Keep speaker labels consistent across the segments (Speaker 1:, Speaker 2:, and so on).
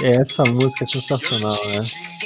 Speaker 1: Essa música é sensacional, né?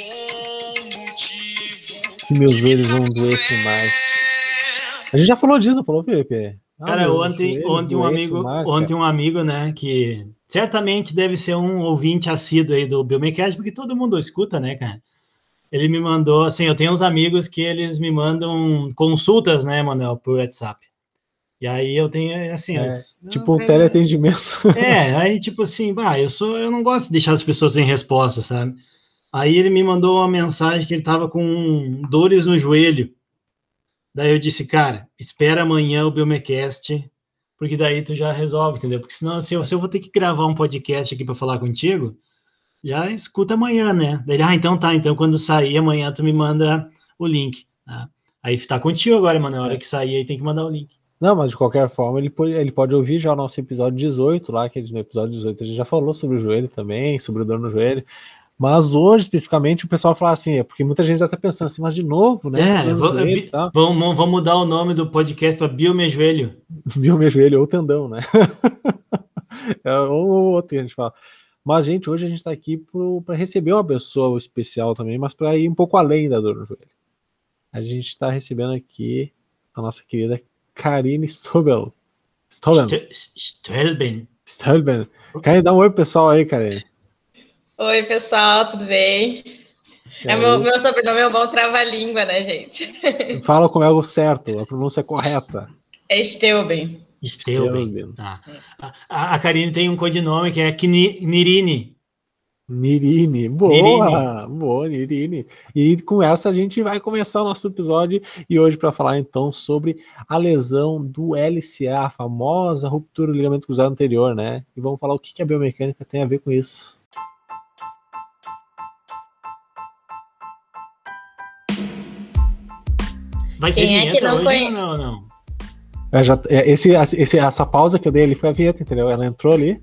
Speaker 1: Que meus joelhos vão doer mais. A gente já falou disso, não falou, Felipe?
Speaker 2: Cara, ontem um amigo, né, que certamente deve ser um ouvinte assíduo aí do Biomecânica, porque todo mundo escuta, né, cara? Ele me mandou, assim, eu tenho uns amigos que eles me mandam consultas, né, Manuel, por WhatsApp. E aí eu tenho, assim...
Speaker 1: tipo um teleatendimento.
Speaker 2: Aí tipo assim, eu não gosto de deixar as pessoas sem resposta, sabe? Aí ele me mandou uma mensagem que ele tava com dores no joelho. Daí eu disse, cara, espera amanhã o Biomecast, porque daí tu já resolve, entendeu? Porque senão, se eu vou ter que gravar um podcast aqui para falar contigo, já escuta amanhã, né? Daí, então tá, então quando sair amanhã tu me manda o link. Tá? Aí tá contigo agora, mano, na hora que sair aí tem que mandar o link.
Speaker 1: Não, mas de qualquer forma ele pode ouvir já o nosso episódio 18 lá, que no episódio 18 a gente já falou sobre o joelho também, sobre o dor no joelho. Mas hoje, especificamente, o pessoal fala assim, porque muita gente já tá pensando assim, mas de novo, né?
Speaker 2: Vamos mudar o nome do podcast para Biomejoelho.
Speaker 1: Biomejoelho ou tendão, né? ou outro que a gente fala. Mas, gente, hoje a gente tá aqui para receber uma pessoa especial também, mas para ir um pouco além da dor no joelho. A gente tá recebendo aqui a nossa querida Karine Stolben. Karine, dá um oi pro pessoal aí, Karine.
Speaker 3: Oi, pessoal, tudo bem? Meu sobrenome é um bom trava-língua, né, gente?
Speaker 1: Fala como é o certo, a pronúncia correta.
Speaker 3: É Steuben.
Speaker 2: A Karine tem um codinome que é Nirine.
Speaker 1: Nirine, boa, Nirine. E com essa a gente vai começar o nosso episódio e hoje para falar então sobre a lesão do LCA, a famosa ruptura do ligamento cruzado anterior, né? E vamos falar o que a biomecânica tem a ver com isso.
Speaker 2: Vai ter vinheta hoje ou não?
Speaker 1: Essa pausa que eu dei ali foi a vinheta, entendeu? Ela entrou ali.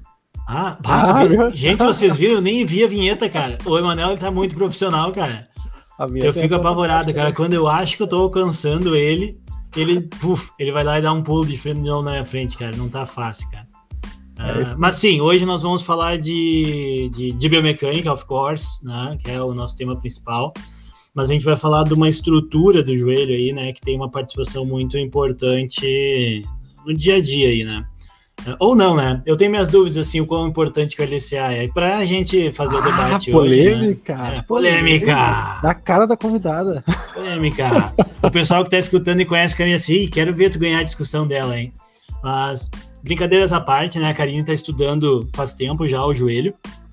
Speaker 2: Gente, vocês viram? Eu nem vi a vinheta, cara. O Emanuel ele tá muito profissional, cara. Eu fico apavorado, cara. Quando eu acho que eu tô alcançando ele vai lá e dá um pulo de frente na minha frente, cara. Não tá fácil, cara. Mas sim, hoje nós vamos falar de biomecânica, of course, né? Que é o nosso tema principal. Mas a gente vai falar de uma estrutura do joelho aí, né, que tem uma participação muito importante no dia a dia aí, né? Ou não, né? Eu tenho minhas dúvidas, assim, o quão importante que o LCA é. E pra gente fazer o debate
Speaker 1: polêmica,
Speaker 2: hoje, né? Polêmica!
Speaker 1: Da cara da convidada.
Speaker 2: Polêmica! O pessoal que tá escutando e conhece a Karine assim, quero ver tu ganhar a discussão dela, hein? Mas, brincadeiras à parte, né? A Karine tá estudando faz tempo já o joelho.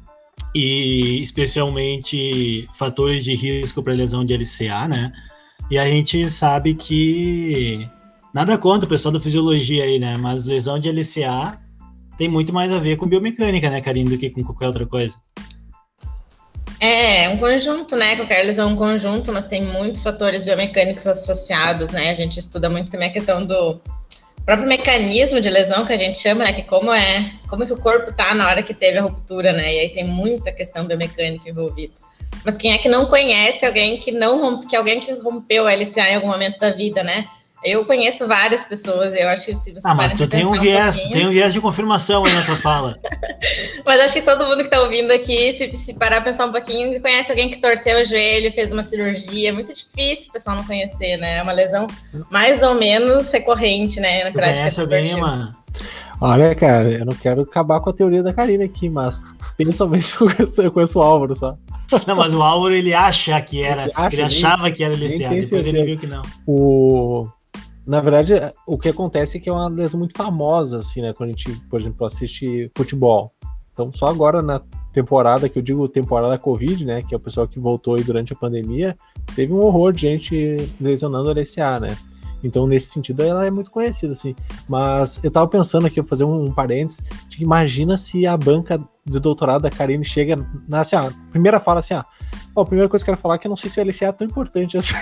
Speaker 2: E especialmente fatores de risco para lesão de LCA, né? E a gente sabe que nada contra o pessoal da fisiologia aí, né? Mas lesão de LCA tem muito mais a ver com biomecânica, né, Karine, do que com qualquer outra coisa.
Speaker 3: É um conjunto, né? Qualquer lesão é um conjunto, mas tem muitos fatores biomecânicos associados, né? A gente estuda muito também a questão do próprio mecanismo de lesão que a gente chama, né, que como que o corpo tá na hora que teve a ruptura, né, e aí tem muita questão biomecânica envolvida. Mas quem é que não conhece alguém que alguém que rompeu o LCA em algum momento da vida, né? Eu conheço várias pessoas, eu acho que se você...
Speaker 2: mas tu tem um viés de confirmação aí na tua fala.
Speaker 3: Mas acho que todo mundo que tá ouvindo aqui, se parar a pensar um pouquinho, conhece alguém que torceu o joelho, fez uma cirurgia. É muito difícil o pessoal não conhecer, né? É uma lesão mais ou menos recorrente, né? Na
Speaker 2: tu prática conhece alguém, mano?
Speaker 1: Olha, cara, eu não quero acabar com a teoria da Karine aqui, mas principalmente eu conheço o Álvaro só.
Speaker 2: Não, mas o Álvaro, ele acha que era, ele achava que era LCA, depois ele viu que não.
Speaker 1: Na verdade, o que acontece é que é uma lesão muito famosa, assim, né? Quando a gente, por exemplo, assiste futebol. Então, só agora na temporada, que eu digo temporada Covid, né? Que é o pessoal que voltou aí durante a pandemia, teve um horror de gente lesionando a LCA, né? Então, nesse sentido, ela é muito conhecida, assim. Mas eu tava pensando aqui, vou fazer um parênteses, de que imagina se a banca de doutorado da Karine chega assim, a primeira fala assim, a primeira coisa que eu quero falar é que eu não sei se o LCA é tão importante assim.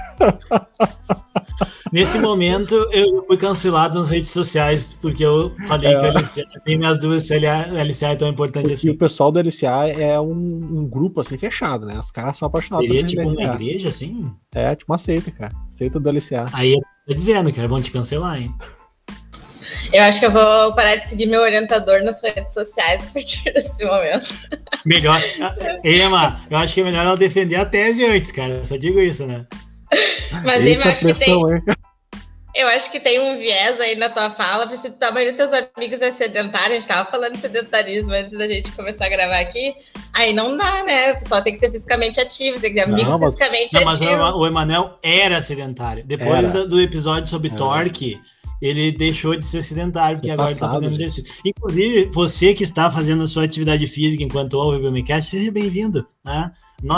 Speaker 2: Nesse momento, eu fui cancelado nas redes sociais, porque eu falei que o LCA tem minhas dúvidas se o LCA é tão importante porque assim.
Speaker 1: E o pessoal do LCA é um grupo, assim, fechado, né? Os caras são apaixonados
Speaker 2: pelo LCA. Seria tipo uma igreja, assim?
Speaker 1: É, tipo uma seita, cara. Seita do LCA.
Speaker 2: Aí eu tô dizendo que vão te cancelar, hein?
Speaker 3: Eu acho que eu vou parar de seguir meu orientador nas redes sociais a partir desse momento.
Speaker 2: Melhor. Ema, eu acho que é melhor ela defender a tese antes, cara. Só digo isso, né?
Speaker 3: Mas eu acho que tem... Eu acho que tem um viés aí na tua fala, porque a maioria dos teus amigos é sedentário, a gente tava falando de sedentarismo antes da gente começar a gravar aqui, aí não dá, né? O pessoal tem que ser fisicamente ativo, tem que ter amigos fisicamente ativos.
Speaker 2: Mas o Emanuel era sedentário. Depois do episódio sobre torque, ele deixou de ser sedentário, porque agora ele está fazendo exercício. Inclusive, você que está fazendo a sua atividade física enquanto ouve o Biomecast, seja bem-vindo, né?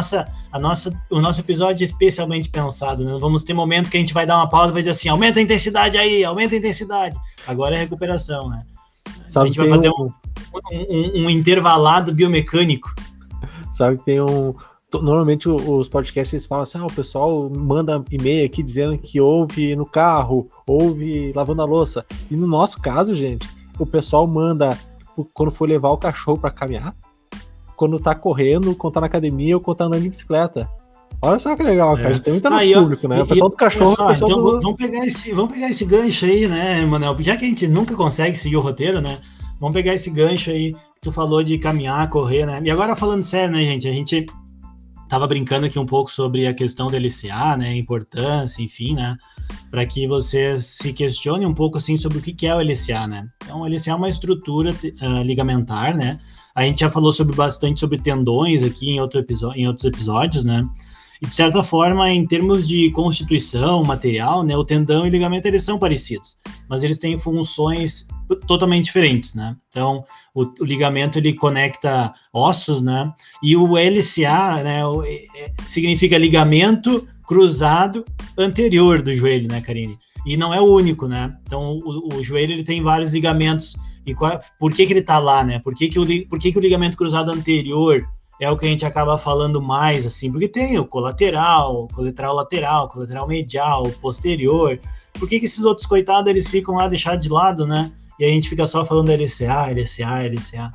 Speaker 2: O nosso episódio é especialmente pensado, né? Vamos ter momentos que a gente vai dar uma pausa e vai dizer assim, aumenta a intensidade aí, aumenta a intensidade. Agora é recuperação, né? A gente vai fazer um intervalado biomecânico.
Speaker 1: Sabe que tem normalmente os podcasts falam assim, o pessoal manda e-mail aqui dizendo que ouve no carro, ouve lavando a louça. E no nosso caso, gente, o pessoal manda quando for levar o cachorro para caminhar, quando tá correndo, quando tá na academia ou quando tá andando de bicicleta. Olha só que legal, cara. A gente tem muito nosso público, né? O pessoal do cachorro, o pessoal
Speaker 2: então, vamos pegar esse gancho aí, né, Manuel? Já que a gente nunca consegue seguir o roteiro, né? Vamos pegar esse gancho aí que tu falou de caminhar, correr, né? E agora falando sério, né, gente? A gente tava brincando aqui um pouco sobre a questão do LCA, né, a importância, enfim, né, para que vocês se questionem um pouco, assim, sobre o que é o LCA, né. Então, o LCA é uma estrutura ligamentar, né, a gente já falou bastante sobre tendões aqui em outros episódios, né, e de certa forma, em termos de constituição, material, né, o tendão e o ligamento, eles são parecidos, mas eles têm funções totalmente diferentes, né? Então, o ligamento, ele conecta ossos, né? E o LCA, né, significa ligamento cruzado anterior do joelho, né, Karine? E não é o único, né? Então, o joelho, ele tem vários ligamentos. E por que ele tá lá, né? Por que o ligamento cruzado anterior é o que a gente acaba falando mais, assim? Porque tem o colateral lateral, colateral medial, posterior. Por que esses outros coitados, eles ficam lá deixados de lado, né? E a gente fica só falando LCA.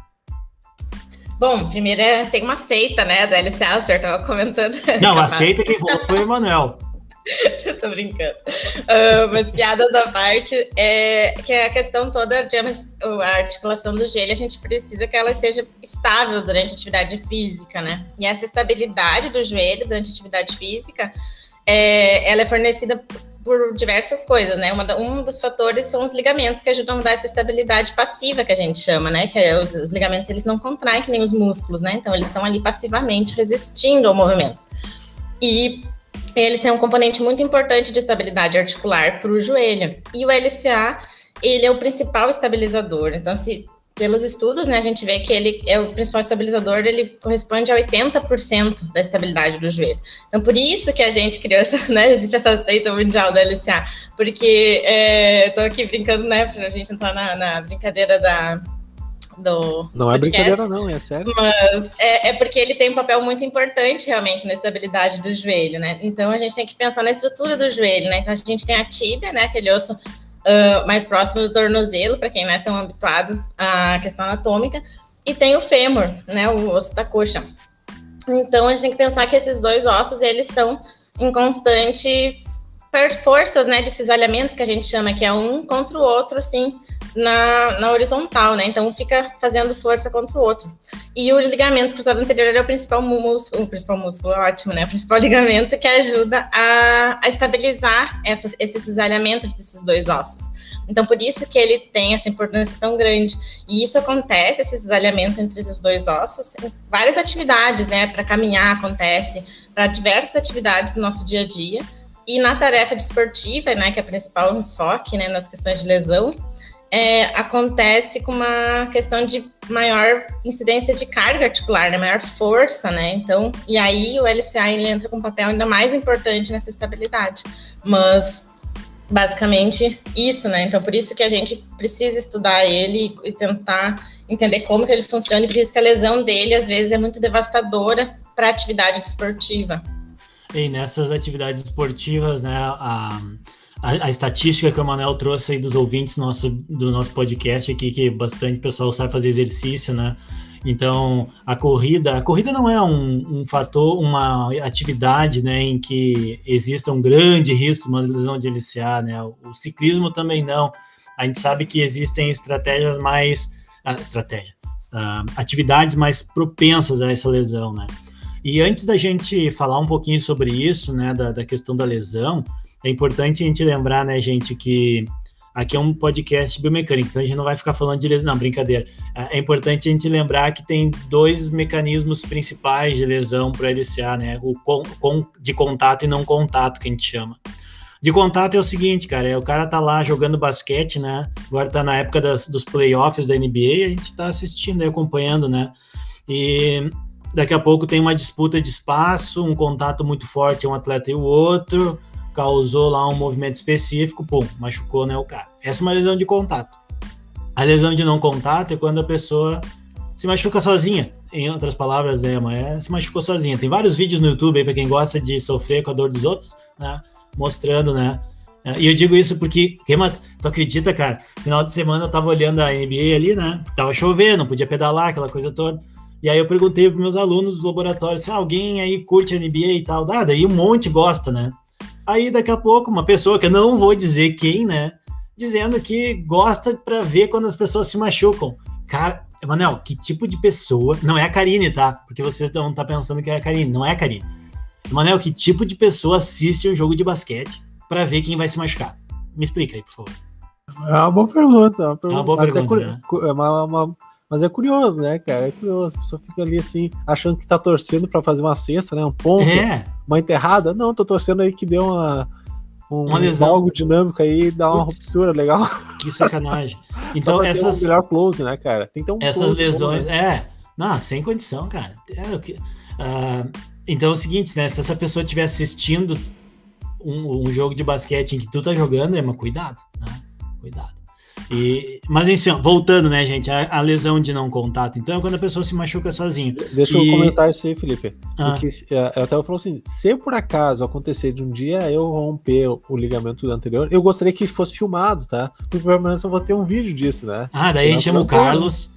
Speaker 3: Bom, primeiro tem uma seita, né, do LCA, o senhor estava comentando.
Speaker 2: Não, a seita quem falou foi o Emanuel.
Speaker 3: Eu tô brincando. Mas piadas à parte, que a questão toda de a articulação do joelho, a gente precisa que ela esteja estável durante a atividade física, né? E essa estabilidade do joelho durante a atividade física, ela é fornecida por diversas coisas, né? Um dos fatores são os ligamentos que ajudam a dar essa estabilidade passiva que a gente chama, né? Que os ligamentos, eles não contraem que nem os músculos, né? Então, eles estão ali passivamente resistindo ao movimento. E eles têm um componente muito importante de estabilidade articular para o joelho. E o LCA, ele é o principal estabilizador. Então, pelos estudos, né, a gente vê que ele é o principal estabilizador, ele corresponde a 80% da estabilidade do joelho. Então, por isso que a gente criou né, existe essa seita mundial do LCA, porque estou aqui brincando, né, para a gente entrar na brincadeira do
Speaker 1: não podcast, é brincadeira não, é sério.
Speaker 3: Mas é porque ele tem um papel muito importante realmente na estabilidade do joelho, né? Então, a gente tem que pensar na estrutura do joelho, né? Então, a gente tem a tíbia, né, aquele osso mais próximo do tornozelo, para quem não é tão habituado à questão anatômica, e tem o fêmur, né, o osso da coxa. Então, a gente tem que pensar que esses dois ossos, eles estão em constante forças, né, de cisalhamento, que a gente chama, que é um contra o outro, assim, na horizontal, né, então fica fazendo força contra o outro. E o ligamento cruzado anterior é o principal músculo, ótimo, né, o principal ligamento que ajuda a estabilizar esse cisalhamento desses dois ossos. Então, por isso que ele tem essa importância tão grande. E isso acontece, esse cisalhamento entre os dois ossos, em várias atividades, né, para caminhar acontece, para diversas atividades do nosso dia a dia. E na tarefa desportiva, né, que é o principal enfoque, né, nas questões de lesão, acontece com uma questão de maior incidência de carga articular, né, maior força, né, então, e aí o LCA ele entra com um papel ainda mais importante nessa estabilidade, mas basicamente isso, né, então por isso que a gente precisa estudar ele e tentar entender como que ele funciona, e por isso que a lesão dele às vezes é muito devastadora para a atividade desportiva.
Speaker 2: E nessas atividades esportivas, né, a estatística que o Emanuel trouxe aí dos ouvintes do nosso podcast aqui, que bastante pessoal sabe fazer exercício, né? Então, a corrida não é um fator, uma atividade, né, em que exista um grande risco de uma lesão de LCA, né? O ciclismo também não. A gente sabe que existem atividades mais propensas a essa lesão, né? E antes da gente falar um pouquinho sobre isso, né, da questão da lesão, é importante a gente lembrar, né, gente, que aqui é um podcast biomecânico, então a gente não vai ficar falando de lesão, não, brincadeira. É importante a gente lembrar que tem 2 mecanismos principais de lesão para LCA, né, de contato e não contato, que a gente chama. De contato é o seguinte, cara, o cara tá lá jogando basquete, né, agora tá na época dos playoffs da NBA, a gente tá assistindo e acompanhando, né, e daqui a pouco tem uma disputa de espaço, um contato muito forte, um atleta e o outro, causou lá um movimento específico, pum, machucou, né, o cara. Essa é uma lesão de contato. A lesão de não contato é quando a pessoa se machuca sozinha, em outras palavras, né, se machucou sozinha. Tem vários vídeos no YouTube aí para quem gosta de sofrer com a dor dos outros, né, mostrando, né, e eu digo isso porque, tu acredita, cara, final de semana eu tava olhando a NBA ali, né, tava chovendo, não podia pedalar, aquela coisa toda. E aí eu perguntei para meus alunos dos laboratórios se alguém aí curte a NBA e tal. Daí um monte gosta, né? Aí daqui a pouco uma pessoa, que eu não vou dizer quem, né? Dizendo que gosta para ver quando as pessoas se machucam. Cara, Emanuel, que tipo de pessoa... Não é a Karine, tá? Porque vocês estão pensando que é a Karine. Não é a Karine. Emanuel, que tipo de pessoa assiste um jogo de basquete para ver quem vai se machucar? Me explica aí, por favor.
Speaker 1: É uma boa pergunta. É uma boa pergunta,
Speaker 2: né?
Speaker 1: Mas é curioso, né, cara? É curioso. A pessoa fica ali assim, achando que tá torcendo pra fazer uma cesta, né? Um ponto, uma enterrada. Não, tô torcendo aí que deu uma lesão, algo dinâmico aí, dá uma ruptura legal.
Speaker 2: Que sacanagem. Então, essas.
Speaker 1: Um melhor close, né, cara? Tem que ter
Speaker 2: essas lesões. Bom, né? Não, sem condição, cara. Então é o seguinte, né? Se essa pessoa estiver assistindo um jogo de basquete em que tu tá jogando, cuidado, né? Cuidado. Mas assim, voltando, né, gente, a lesão de não contato, então é quando a pessoa se machuca sozinho.
Speaker 1: Deixa eu comentar isso aí, Felipe. Porque eu até falo assim, se por acaso acontecer de um dia eu romper o ligamento anterior, eu gostaria que fosse filmado, tá? Porque pelo menos eu vou ter um vídeo disso, né?
Speaker 2: Daí a gente chama o Carlos,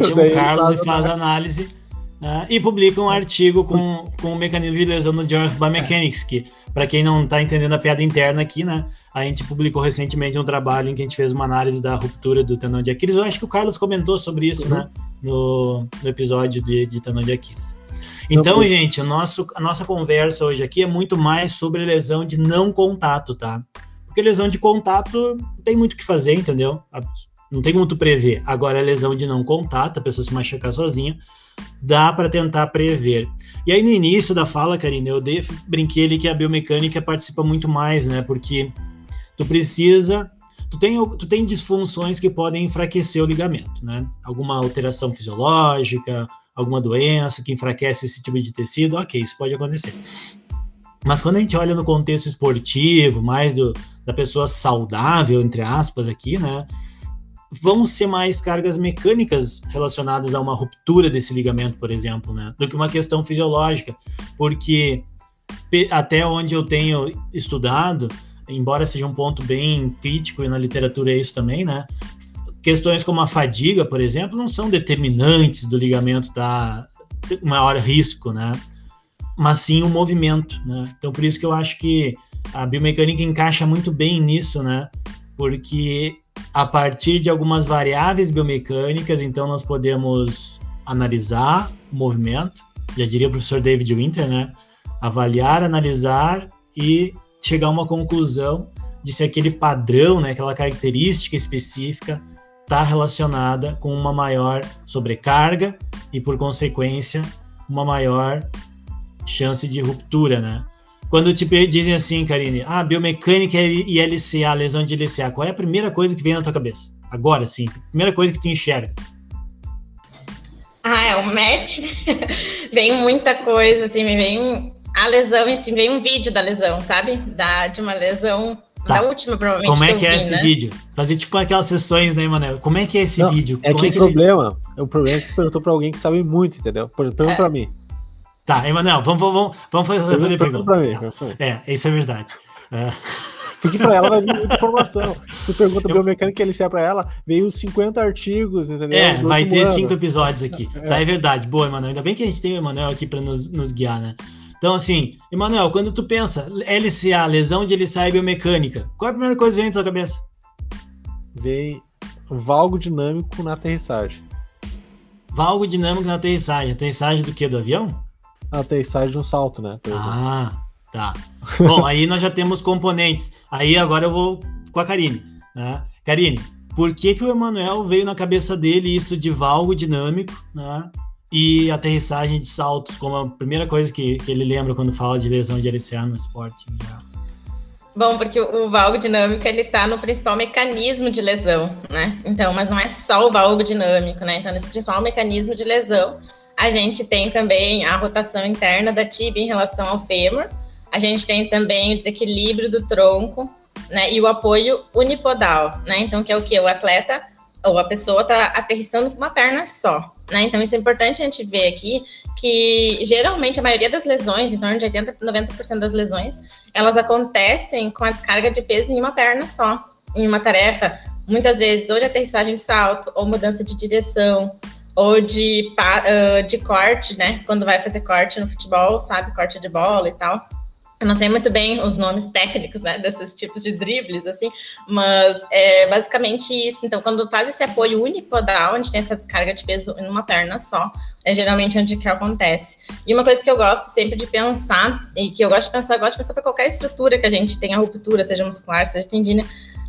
Speaker 2: e faz a análise, né, e publica um artigo com o mecanismo de lesão no Journal of Biomechanics, que, para quem não tá entendendo a piada interna aqui, né, a gente publicou recentemente um trabalho em que a gente fez uma análise da ruptura do tendão de Aquiles. Eu acho que o Carlos comentou sobre isso, né, no episódio de tendão de Aquiles. Então, gente, a nossa conversa hoje aqui é muito mais sobre lesão de não contato, tá? Porque lesão de contato não tem muito o que fazer, entendeu? Não tem como tu prever. Agora, a lesão de não contato, a pessoa se machucar sozinha, dá para tentar prever. E aí, no início da fala, Karine, eu brinquei ali que a biomecânica participa muito mais, né? Porque tu tem disfunções que podem enfraquecer o ligamento, né? Alguma alteração fisiológica, alguma doença que enfraquece esse tipo de tecido, ok, isso pode acontecer. Mas quando a gente olha no contexto esportivo, mais da pessoa saudável, entre aspas, aqui, né? Vão ser mais cargas mecânicas relacionadas a uma ruptura desse ligamento, por exemplo, né? Do que uma questão fisiológica. Porque até onde eu tenho estudado, embora seja um ponto bem crítico, e na literatura é isso também, né? Questões como a fadiga, por exemplo, não são determinantes do ligamento estar com maior risco, né? Mas sim o movimento, né? Então, por isso que eu acho que a biomecânica encaixa muito bem nisso, né? Porque a partir de algumas variáveis biomecânicas, então nós podemos analisar o movimento, já diria o professor David Winter, né? Avaliar, analisar e chegar a uma conclusão de se aquele padrão, né, aquela característica específica está relacionada com uma maior sobrecarga e, por consequência, uma maior chance de ruptura, né? Quando te dizem assim, Karine, biomecânica e LCA, lesão de LCA, qual é a primeira coisa que vem na tua cabeça? Agora, sim, primeira coisa que tu enxerga.
Speaker 3: É o match. Vem muita coisa, assim, me vem a lesão em si, vem um vídeo da lesão, sabe? De uma lesão, da última, provavelmente.
Speaker 2: Como é que é esse vídeo? Fazer tipo aquelas sessões, né, Emanuel? Como é que é esse vídeo?
Speaker 1: É que o problema é que tu perguntou pra alguém que sabe muito, entendeu? Pergunta pra mim.
Speaker 2: Tá, Emanuel, vamos fazer pergunta.
Speaker 1: Pra mim.
Speaker 2: Isso é verdade.
Speaker 1: Porque pra ela vai vir muita informação. Tu pergunta biomecânica e LCA pra ela, veio 50 artigos, entendeu?
Speaker 2: Vai ter 5 episódios aqui. Tá, é verdade. Boa, Emanuel. Ainda bem que a gente tem o Emanuel aqui pra nos guiar, né? Então, assim, Emanuel, quando tu pensa LCA, lesão de LCA e biomecânica, qual é a primeira coisa que vem na tua cabeça?
Speaker 1: Vem valgo dinâmico na aterrissagem.
Speaker 2: Valgo dinâmico na aterrissagem. Aterrissagem do quê? Do avião?
Speaker 1: A aterrissagem de um salto, né?
Speaker 2: Tá. Bom, aí nós já temos componentes. Aí agora eu vou com a Karine, né? Karine, por que o Emanuel veio na cabeça dele isso de valgo dinâmico, né? E aterrissagem de saltos como a primeira coisa que ele lembra quando fala de lesão de LCA no esporte em geral?
Speaker 3: Bom, porque o valgo dinâmico, ele tá no principal mecanismo de lesão, né? Então, mas não é só o valgo dinâmico, né? Então, nesse principal mecanismo de lesão, a gente tem também a rotação interna da tíbia em relação ao fêmur, a gente tem também o desequilíbrio do tronco, né? E o apoio unipodal, né? Então, que é o quê? O atleta ou a pessoa tá aterrissando com uma perna só, né? Então, isso é importante a gente ver aqui, que geralmente a maioria das lesões, em torno de 80% a 90% das lesões, elas acontecem com a descarga de peso em uma perna só, em uma tarefa, muitas vezes, ou de aterrissagem de salto, ou mudança de direção, ou de corte, né? Quando vai fazer corte no futebol, sabe? Corte de bola e tal. Eu não sei muito bem os nomes técnicos, né, desses tipos de dribles, assim, mas é basicamente isso. Então, quando faz esse apoio unipodal, onde tem essa descarga de peso em uma perna só, é geralmente onde que acontece. E uma coisa que eu gosto sempre de pensar, e que eu gosto de pensar para qualquer estrutura que a gente tenha ruptura, seja muscular, seja tendina,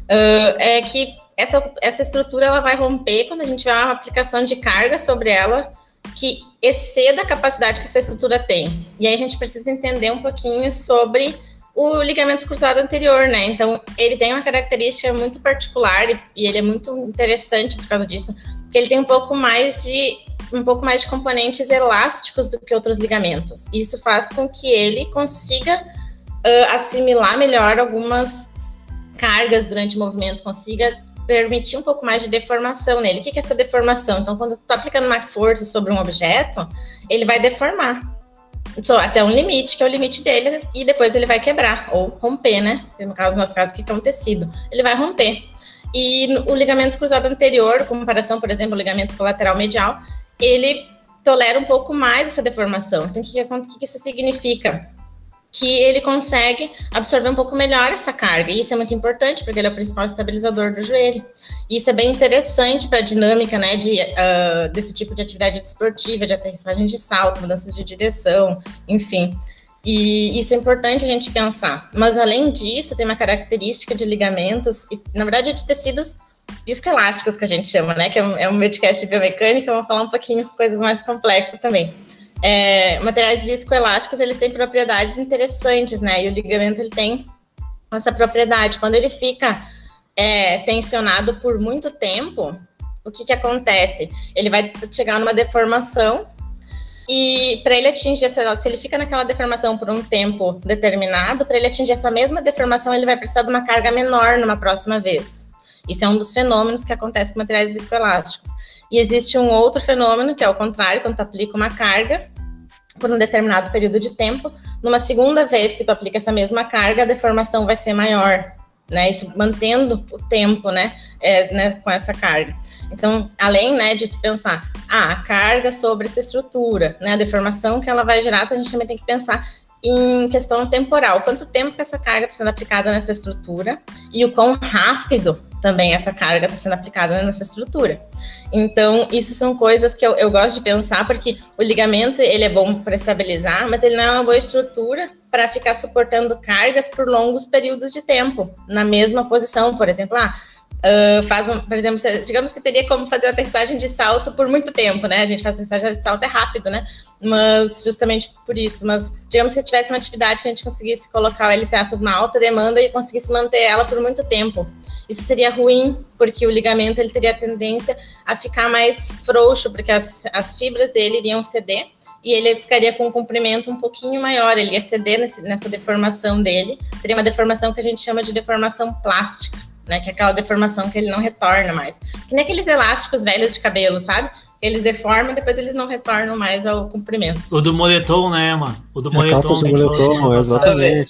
Speaker 3: é que essa estrutura ela vai romper quando a gente tiver uma aplicação de carga sobre ela que exceda a capacidade que essa estrutura tem. E aí a gente precisa entender um pouquinho sobre o ligamento cruzado anterior, né? Então, ele tem uma característica muito particular e ele é muito interessante por causa disso, porque ele tem um pouco mais de componentes elásticos do que outros ligamentos. Isso faz com que ele consiga assimilar melhor algumas cargas durante o movimento, consiga permitir um pouco mais de deformação nele. O que é essa deformação? Então, quando tu tá aplicando uma força sobre um objeto, ele vai deformar até um limite, que é o limite dele, e depois ele vai quebrar, ou romper, né? No nosso caso, que é um tecido. Ele vai romper. E o ligamento cruzado anterior, em comparação, por exemplo, ao ligamento colateral medial, ele tolera um pouco mais essa deformação. Então, o que isso significa? Que ele consegue absorver um pouco melhor essa carga. E isso é muito importante, porque ele é o principal estabilizador do joelho. E isso é bem interessante para a dinâmica, né, desse tipo de atividade desportiva, de aterrissagem de salto, mudanças de direção, enfim. E isso é importante a gente pensar. Mas, além disso, tem uma característica de ligamentos, e, na verdade, de tecidos viscoelásticos, que a gente chama, né, que é um podcast de biomecânica, vamos falar um pouquinho de coisas mais complexas também. Materiais viscoelásticos, eles têm propriedades interessantes, né? E o ligamento, ele tem essa propriedade. Quando ele fica tensionado por muito tempo, o que acontece? Ele vai chegar numa deformação e para ele atingir se ele fica naquela deformação por um tempo determinado, para ele atingir essa mesma deformação, ele vai precisar de uma carga menor numa próxima vez. Isso é um dos fenômenos que acontece com materiais viscoelásticos. E existe um outro fenômeno, que é o contrário, quando tu aplica uma carga por um determinado período de tempo, numa segunda vez que tu aplica essa mesma carga, a deformação vai ser maior, né? Isso mantendo o tempo, né, com essa carga. Então, além, né, de tu pensar, a carga sobre essa estrutura, né, a deformação que ela vai gerar, a gente também tem que pensar em questão temporal. Quanto tempo que essa carga está sendo aplicada nessa estrutura e o quão rápido também essa carga está sendo aplicada nessa estrutura. Então, isso são coisas que eu gosto de pensar, porque o ligamento, ele é bom para estabilizar, mas ele não é uma boa estrutura para ficar suportando cargas por longos períodos de tempo, na mesma posição. Por exemplo, por exemplo, digamos que teria como fazer a aterrissagem de salto por muito tempo, né? A gente faz a aterrissagem de salto, é rápido, né? Mas justamente por isso. Mas digamos que tivesse uma atividade que a gente conseguisse colocar o LCA sob uma alta demanda e conseguisse manter ela por muito tempo. Isso seria ruim, porque o ligamento ele teria a tendência a ficar mais frouxo, porque as fibras dele iriam ceder e ele ficaria com um comprimento um pouquinho maior, ele ia ceder nessa deformação dele. Teria uma deformação que a gente chama de deformação plástica, né? Que é aquela deformação que ele não retorna mais. Que nem aqueles elásticos velhos de cabelo, sabe? Eles deformam e depois eles não retornam mais ao comprimento.
Speaker 2: O do moletom, né, mano? O do moletom.
Speaker 1: Exatamente.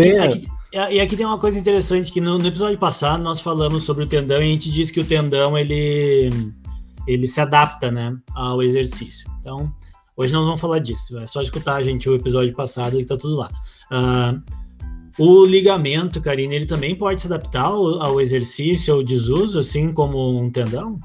Speaker 2: E aqui tem uma coisa interessante, que no episódio passado nós falamos sobre o tendão e a gente disse que o tendão, ele se adapta, né, ao exercício. Então, hoje nós vamos falar disso. É só escutar, gente, o episódio passado que tá tudo lá. O ligamento, Karine, ele também pode se adaptar ao exercício, ao desuso, assim como um tendão?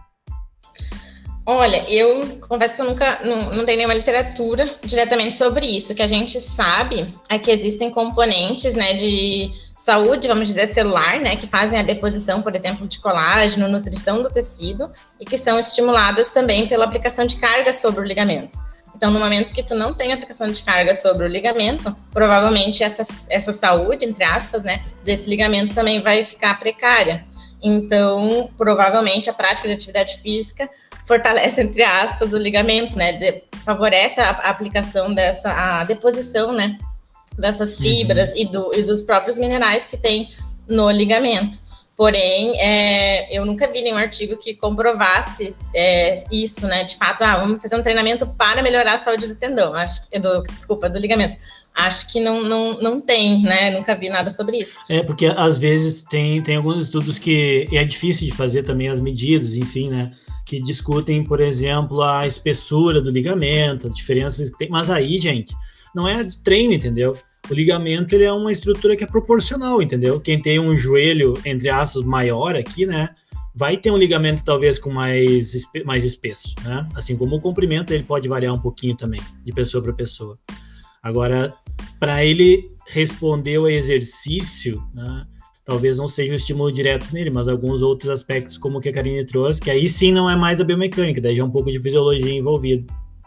Speaker 3: Olha, eu confesso que eu nunca não tenho nenhuma literatura diretamente sobre isso. O que a gente sabe é que existem componentes, né, de saúde, vamos dizer, celular, né, que fazem a deposição, por exemplo, de colágeno, nutrição do tecido, e que são estimuladas também pela aplicação de carga sobre o ligamento. Então, no momento que tu não tem aplicação de carga sobre o ligamento, provavelmente essa saúde, entre aspas, né, desse ligamento também vai ficar precária. Então, provavelmente a prática de atividade física fortalece, entre aspas, o ligamento, né, favorece a aplicação a deposição, né, dessas fibras e dos próprios minerais que tem no ligamento. Porém, eu nunca vi nenhum artigo que comprovasse isso, né? De fato, vamos fazer um treinamento para melhorar a saúde do tendão, do ligamento. Acho que não tem, né? Nunca vi nada sobre isso.
Speaker 2: Porque às vezes tem alguns estudos que é difícil de fazer também as medidas, enfim, né? Que discutem, por exemplo, a espessura do ligamento, as diferenças que tem. Mas aí, gente, não é de treino, entendeu? O ligamento, ele é uma estrutura que é proporcional, entendeu? Quem tem um joelho, entre aspas, maior aqui, né, vai ter um ligamento talvez com mais espesso, né? Assim como o comprimento, ele pode variar um pouquinho também, de pessoa para pessoa. Agora, para ele responder ao exercício, né, talvez não seja o estímulo direto nele, mas alguns outros aspectos, como o que a Karine trouxe, que aí sim não é mais a biomecânica, daí já é um pouco de fisiologia envolvida.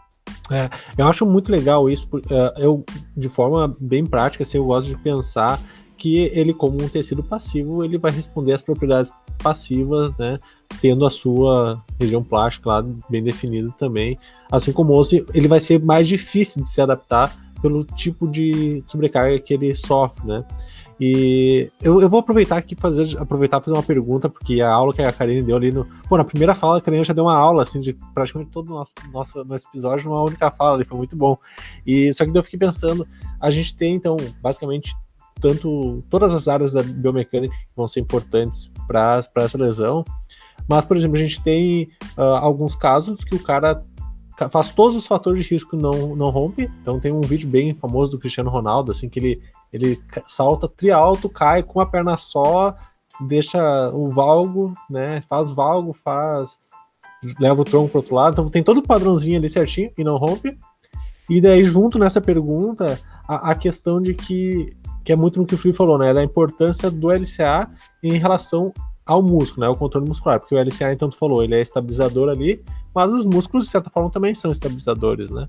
Speaker 1: Eu acho muito legal isso, eu, de forma bem prática, assim, eu gosto de pensar que ele, como um tecido passivo, ele vai responder às propriedades passivas, né, tendo a sua região plástica lá bem definida também, assim como o osso, ele vai ser mais difícil de se adaptar pelo tipo de sobrecarga que ele sofre, né. E eu vou aproveitar para fazer uma pergunta, porque a aula que a Karine deu ali na primeira fala, a Karine já deu uma aula assim, de praticamente todo o nosso episódio numa única fala, ali, foi muito bom. E só que eu fiquei pensando, a gente tem então basicamente todas as áreas da biomecânica que vão ser importantes para essa lesão, mas, por exemplo, a gente tem alguns casos que o cara faz todos os fatores de risco, não rompe. Então tem um vídeo bem famoso do Cristiano Ronaldo, assim, que ele salta trialto, cai com uma perna só, deixa o valgo, né, faz valgo, leva o tronco pro outro lado, então tem todo o padrãozinho ali certinho e não rompe. E daí, junto nessa pergunta, a questão de que é muito no que o Felipe falou, né, da importância do LCA em relação ao músculo, né, o controle muscular, porque o LCA, então tu falou, ele é estabilizador ali, mas os músculos, de certa forma, também são estabilizadores, né?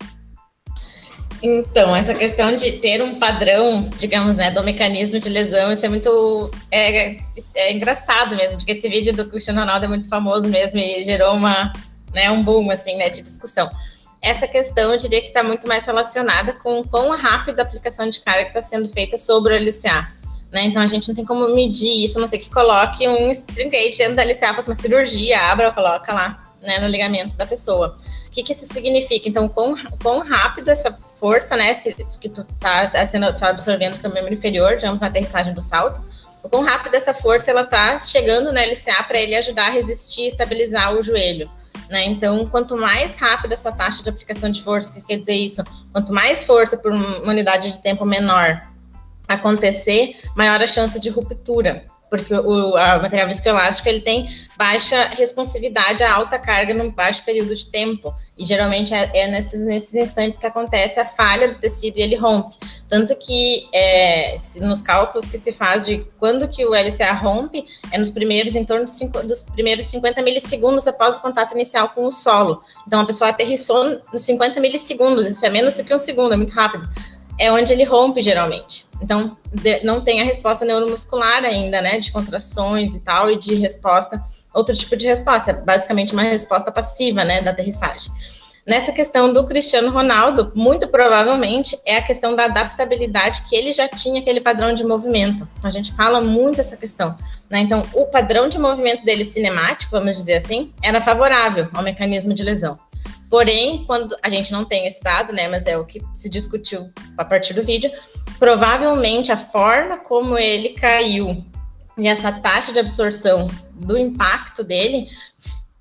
Speaker 3: Então, essa questão de ter um padrão, digamos, né, do mecanismo de lesão, isso é muito engraçado mesmo, porque esse vídeo do Cristiano Ronaldo é muito famoso mesmo e gerou um boom, assim, né, de discussão. Essa questão, eu diria que está muito mais relacionada com quão rápido a aplicação de carga está sendo feita sobre o LCA. Né? Então, a gente não tem como medir isso, a não ser que coloque um string gauge dentro da LCA, faça uma cirurgia, abra ou coloca lá, né, no ligamento da pessoa. O que isso significa? Então, quão rápido essa força, né, que tu tá absorvendo para o membro inferior, digamos, na aterrissagem do salto, o quão rápido essa força ela tá chegando no LCA para ele ajudar a resistir e estabilizar o joelho. Né? Então, quanto mais rápida essa taxa de aplicação de força, o que quer dizer isso? Quanto mais força por uma unidade de tempo menor acontecer, maior a chance de ruptura, porque o material viscoelástico ele tem baixa responsividade a alta carga num baixo período de tempo, e geralmente é nesses instantes que acontece a falha do tecido e ele rompe. Tanto que nos cálculos que se faz de quando que o LCA rompe, é nos primeiros, em torno dos primeiros 50 milissegundos após o contato inicial com o solo. Então a pessoa aterrissou nos 50 milissegundos, isso é menos do que um segundo, é muito rápido. É onde ele rompe, geralmente. Então, não tem a resposta neuromuscular ainda, né, de contrações e tal, e de resposta, outro tipo de resposta, basicamente uma resposta passiva, né, da aterrissagem. Nessa questão do Cristiano Ronaldo, muito provavelmente é a questão da adaptabilidade, que ele já tinha aquele padrão de movimento. A gente fala muito essa questão, né? Então, o padrão de movimento dele cinemático, vamos dizer assim, era favorável ao mecanismo de lesão. Porém, quando a gente não tem esse dado, né, mas é o que se discutiu a partir do vídeo, provavelmente a forma como ele caiu e essa taxa de absorção do impacto dele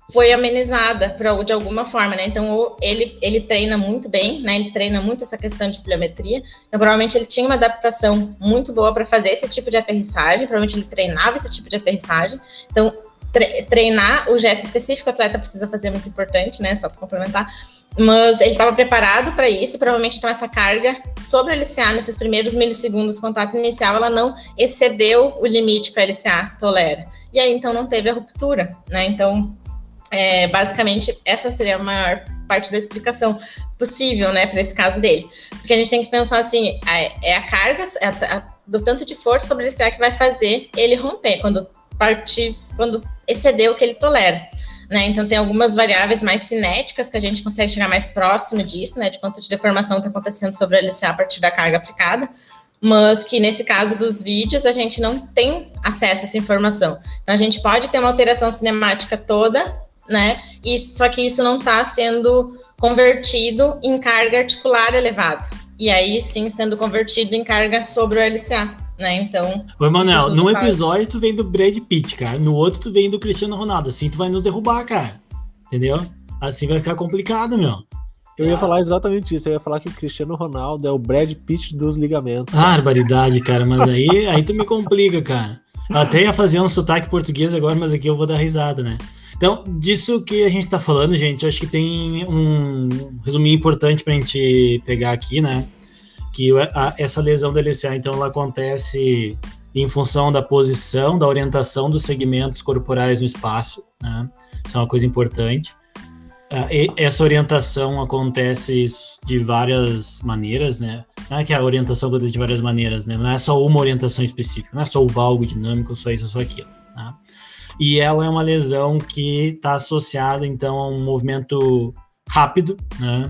Speaker 3: foi amenizada de alguma forma, né? Então, ele treina muito bem, né? Ele treina muito essa questão de pliometria. Então, provavelmente ele tinha uma adaptação muito boa para fazer esse tipo de aterrissagem. Provavelmente ele treinava esse tipo de aterrissagem. Então, treinar o gesto específico que o atleta precisa fazer é muito importante, né? Só para complementar. Mas ele estava preparado para isso. Provavelmente, então, essa carga sobre a LCA, nesses primeiros milissegundos do contato inicial, ela não excedeu o limite que a LCA tolera. E aí, então, não teve a ruptura, né? Então, basicamente, essa seria a maior parte da explicação possível, né, para esse caso dele. Porque a gente tem que pensar assim, a carga do tanto de força sobre esse ar que vai fazer ele romper, quando exceder o que ele tolera, né? Então, tem algumas variáveis mais cinéticas que a gente consegue chegar mais próximo disso, né, de quanto de deformação está acontecendo sobre a LCA a partir da carga aplicada, mas que nesse caso dos vídeos a gente não tem acesso a essa informação. Então, a gente pode ter uma alteração cinemática toda, né? Só que isso não está sendo convertido em carga articular elevada. E aí sim sendo convertido em carga sobre o LCA, né? Então.
Speaker 2: Ô, Emanuel, num episódio tu vem do Brad Pitt, cara. No outro tu vem do Cristiano Ronaldo. Assim tu vai nos derrubar, cara. Entendeu? Assim vai ficar complicado, meu.
Speaker 1: Eu ia falar exatamente isso. Eu ia falar que o Cristiano Ronaldo é o Brad Pitt dos ligamentos.
Speaker 2: Barbaridade, cara. Mas aí tu me complica, cara. Eu até ia fazer um sotaque português agora, mas aqui eu vou dar risada, né? Então, disso que a gente tá falando, gente, acho que tem um resuminho importante pra gente pegar aqui, né? Que essa lesão da LCA, então, ela acontece em função da posição, da orientação dos segmentos corporais no espaço, né? Isso é uma coisa importante. Essa orientação acontece de várias maneiras, né? Não é que a orientação acontece de várias maneiras, né? Não é só uma orientação específica, não é só o valgo dinâmico, só isso, só aquilo, né? E ela é uma lesão que está associada, então, a um movimento rápido, né?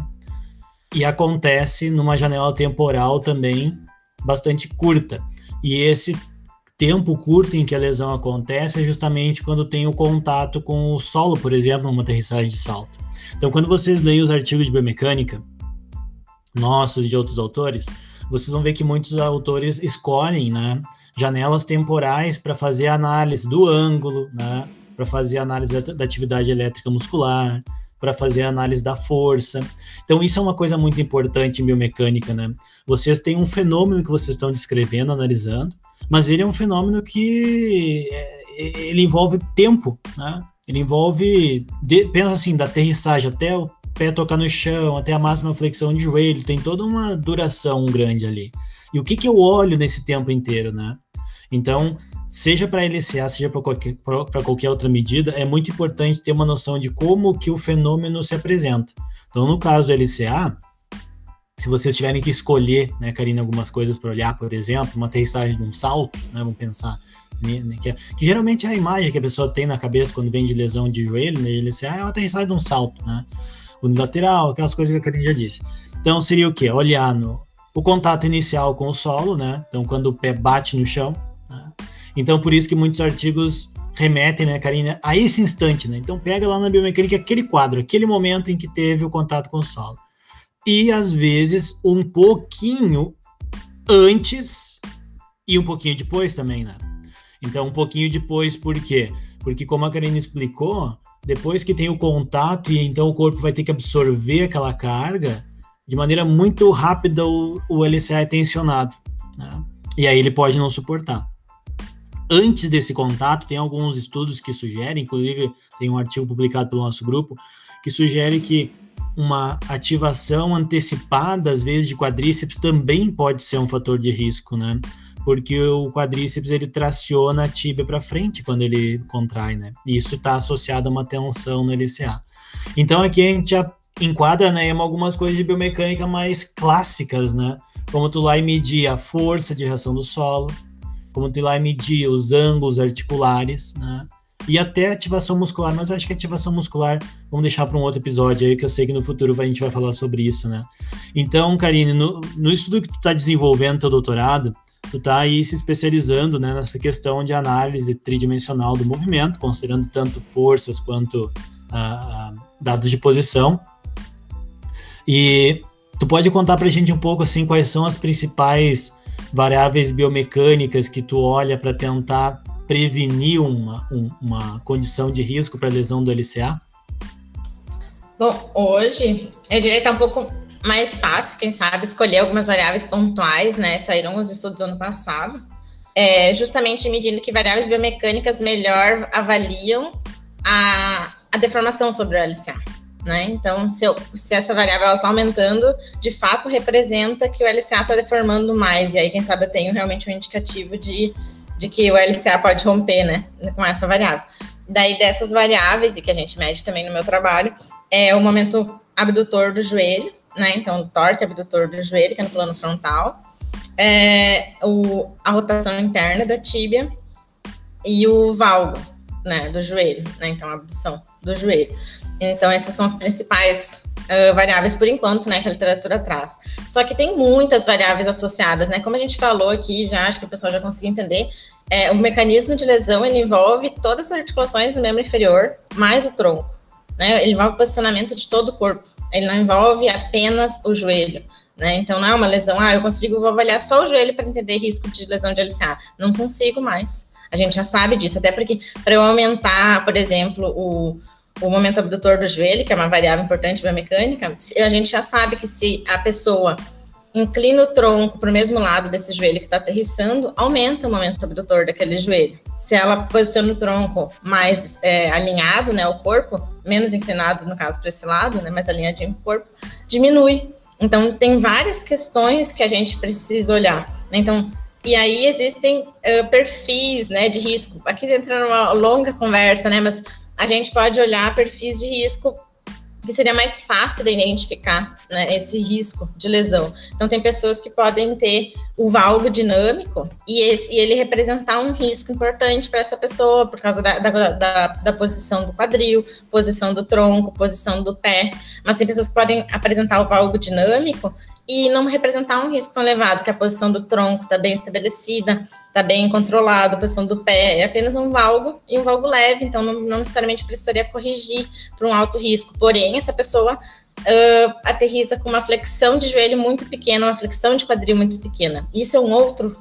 Speaker 2: E acontece numa janela temporal também bastante curta. E esse tempo curto em que a lesão acontece é justamente quando tem o contato com o solo, por exemplo, numa aterrissagem de salto. Então, quando vocês leem os artigos de biomecânica, nossos e de outros autores, vocês vão ver que muitos autores escolhem, né, janelas temporais para fazer análise do ângulo, né, para fazer análise da atividade elétrica muscular, para fazer análise da força. Então, isso é uma coisa muito importante em biomecânica, né? Vocês têm um fenômeno que vocês estão descrevendo, analisando, mas ele é um fenômeno que ele envolve tempo, né? Ele envolve, pensa assim, da aterrissagem até o pé tocar no chão, até a máxima flexão de joelho, tem toda uma duração grande ali. E o que eu olho nesse tempo inteiro, né? Então, seja para LCA, seja para qualquer outra medida, é muito importante ter uma noção de como que o fenômeno se apresenta. Então, no caso do LCA, se vocês tiverem que escolher, né, Karine, algumas coisas para olhar, por exemplo, uma aterrissagem de um salto, né, vamos pensar, que geralmente é a imagem que a pessoa tem na cabeça quando vem de lesão de joelho, né, LCA é uma aterrissagem de um salto, né, unilateral, aquelas coisas que a Karine já disse. Então, seria o quê? Olhar o contato inicial com o solo, né, então quando o pé bate no chão, né? Então, por isso que muitos artigos remetem, né, Karine, a esse instante, né? Então, pega lá na biomecânica aquele quadro, aquele momento em que teve o contato com o solo. E, às vezes, um pouquinho antes e um pouquinho depois também, né? Então, um pouquinho depois, por quê? Porque, como a Karine explicou, depois que tem o contato e então o corpo vai ter que absorver aquela carga, de maneira muito rápida o LCA é tensionado, né? E aí ele pode não suportar. Antes desse contato, tem alguns estudos que sugerem, inclusive tem um artigo publicado pelo nosso grupo, que sugere que uma ativação antecipada, às vezes, de quadríceps também pode ser um fator de risco, né? Porque o quadríceps, ele traciona a tíbia para frente quando ele contrai, né? E isso está associado a uma tensão no LCA. Então, aqui a gente já enquadra, né, algumas coisas de biomecânica mais clássicas, né? Como tu lá medir a força de reação do solo, como tu lá medir os ângulos articulares, né? E até ativação muscular, mas eu acho que ativação muscular vamos deixar para um outro episódio aí, que eu sei que no futuro a gente vai falar sobre isso, né? Então, Karine, no estudo que tu está desenvolvendo teu doutorado, tu está aí se especializando, né, nessa questão de análise tridimensional do movimento, considerando tanto forças quanto dados de posição. E tu pode contar para a gente um pouco assim quais são as principais variáveis biomecânicas que tu olha para tentar prevenir uma condição de risco para lesão do LCA?
Speaker 3: Bom, hoje eu diria que está um pouco mais fácil, quem sabe, escolher algumas variáveis pontuais, né? Saíram os estudos ano passado, justamente medindo que variáveis biomecânicas melhor avaliam a deformação sobre o LCA, né? Então, se essa variável está aumentando, de fato representa que o LCA está deformando mais, e aí, quem sabe, eu tenho realmente um indicativo de que o LCA pode romper, né, com essa variável. Daí, dessas variáveis, e que a gente mede também no meu trabalho, é o momento abdutor do joelho, né? Então, o torque abdutor do joelho, que é no plano frontal, a rotação interna da tíbia e o valgo, né, do joelho, né? Então, a abdução do joelho. Então, essas são as principais variáveis, por enquanto, né, que a literatura traz. Só que tem muitas variáveis associadas, né? Como a gente falou aqui, já acho que o pessoal já conseguiu entender, o mecanismo de lesão, ele envolve todas as articulações do membro inferior, mais o tronco, né? Ele envolve o posicionamento de todo o corpo. Ele não envolve apenas o joelho, né? Então, não é uma lesão, vou avaliar só o joelho para entender risco de lesão de LCA. Não consigo mais. A gente já sabe disso, até porque para eu aumentar, por exemplo, o momento abdutor do joelho, que é uma variável importante biomecânica, a gente já sabe que se a pessoa inclina o tronco para o mesmo lado desse joelho que está aterrissando, aumenta o momento abdutor daquele joelho. Se ela posiciona o tronco mais alinhado, né, ao corpo, menos inclinado, no caso, para esse lado, né, mais alinhadinho com o corpo, diminui. Então, tem várias questões que a gente precisa olhar, né? Então, e aí existem perfis, né, de risco. Aqui entra numa longa conversa, né, mas a gente pode olhar perfis de risco que seria mais fácil de identificar, né, esse risco de lesão. Então, tem pessoas que podem ter o valgo dinâmico e ele representar um risco importante para essa pessoa, por causa da posição do quadril, posição do tronco, posição do pé. Mas tem pessoas que podem apresentar o valgo dinâmico e não representar um risco tão elevado, que a posição do tronco está bem estabelecida, está bem controlado, a posição do pé é apenas um valgo e um valgo leve, então não necessariamente precisaria corrigir para um alto risco. Porém, essa pessoa aterriza com uma flexão de joelho muito pequena, uma flexão de quadril muito pequena. Isso é um outro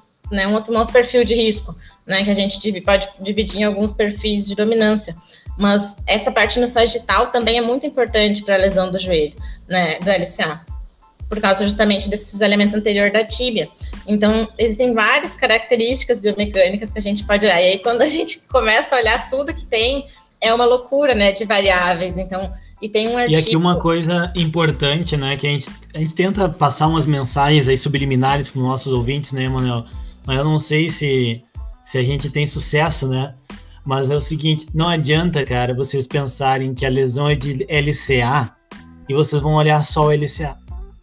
Speaker 3: perfil de risco, né, que a gente pode dividir em alguns perfis de dominância. Mas essa parte no sagital também é muito importante para a lesão do joelho, né, do LCA, por causa justamente desses elementos anteriores da tíbia. Então, existem várias características biomecânicas que a gente pode olhar. E aí, quando a gente começa a olhar tudo que tem, é uma loucura, né, de variáveis. Então, e tem um artigo...
Speaker 2: E aqui uma coisa importante, né, que a gente tenta passar umas mensagens aí subliminares para os nossos ouvintes, né, Emanuel? Mas eu não sei se a gente tem sucesso, né? Mas é o seguinte, não adianta, cara, vocês pensarem que a lesão é de LCA e vocês vão olhar só o LCA.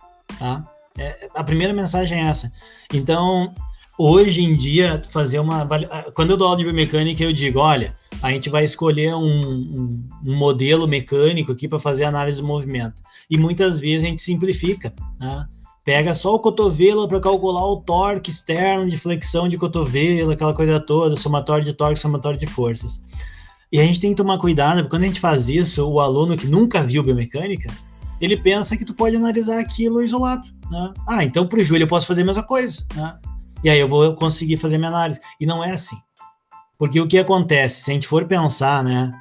Speaker 2: Tá? A primeira mensagem é essa. Então, hoje em dia, quando eu dou aula de biomecânica, eu digo, olha, a gente vai escolher um modelo mecânico aqui para fazer análise do movimento. E muitas vezes a gente simplifica, né? Pega só o cotovelo para calcular o torque externo de flexão de cotovelo, aquela coisa toda, somatório de torque, somatório de forças. E a gente tem que tomar cuidado, porque quando a gente faz isso, o aluno que nunca viu biomecânica, ele pensa que tu pode analisar aquilo isolado, né? Então para o joelho eu posso fazer a mesma coisa, né? E aí eu vou conseguir fazer minha análise. E não é assim. Porque o que acontece, se a gente for pensar, né,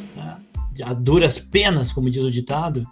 Speaker 2: a duras penas, como diz o ditado,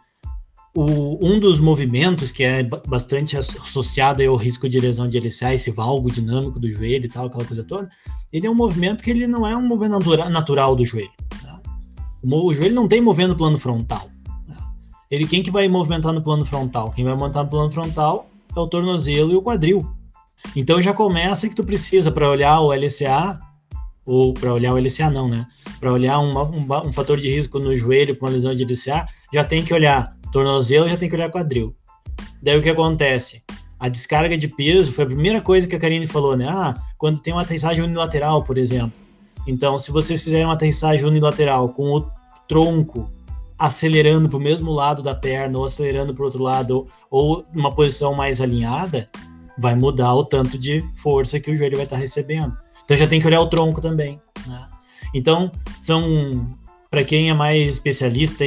Speaker 2: um dos movimentos que é bastante associado ao risco de lesão de LCA, esse valgo dinâmico do joelho e tal, aquela coisa toda, ele é um movimento que ele não é um movimento natural do joelho, né? O joelho não tem movimento no plano frontal. Quem que vai movimentar no plano frontal? Quem vai movimentar no plano frontal é o tornozelo e o quadril. Então já começa que tu precisa, para olhar o LCA, ou para olhar o LCA não, né? Para olhar um fator de risco no joelho para uma lesão de LCA, já tem que olhar tornozelo, já tem que olhar quadril. Daí o que acontece? A descarga de peso foi a primeira coisa que a Karine falou, né? Quando tem uma aterrissagem unilateral, por exemplo. Então, se vocês fizerem uma aterrissagem unilateral com o tronco acelerando para o mesmo lado da perna ou acelerando para o outro lado ou uma posição mais alinhada, vai mudar o tanto de força que o joelho vai estar recebendo. Então já tem que olhar o tronco também, né? Então, para quem é mais especialista aí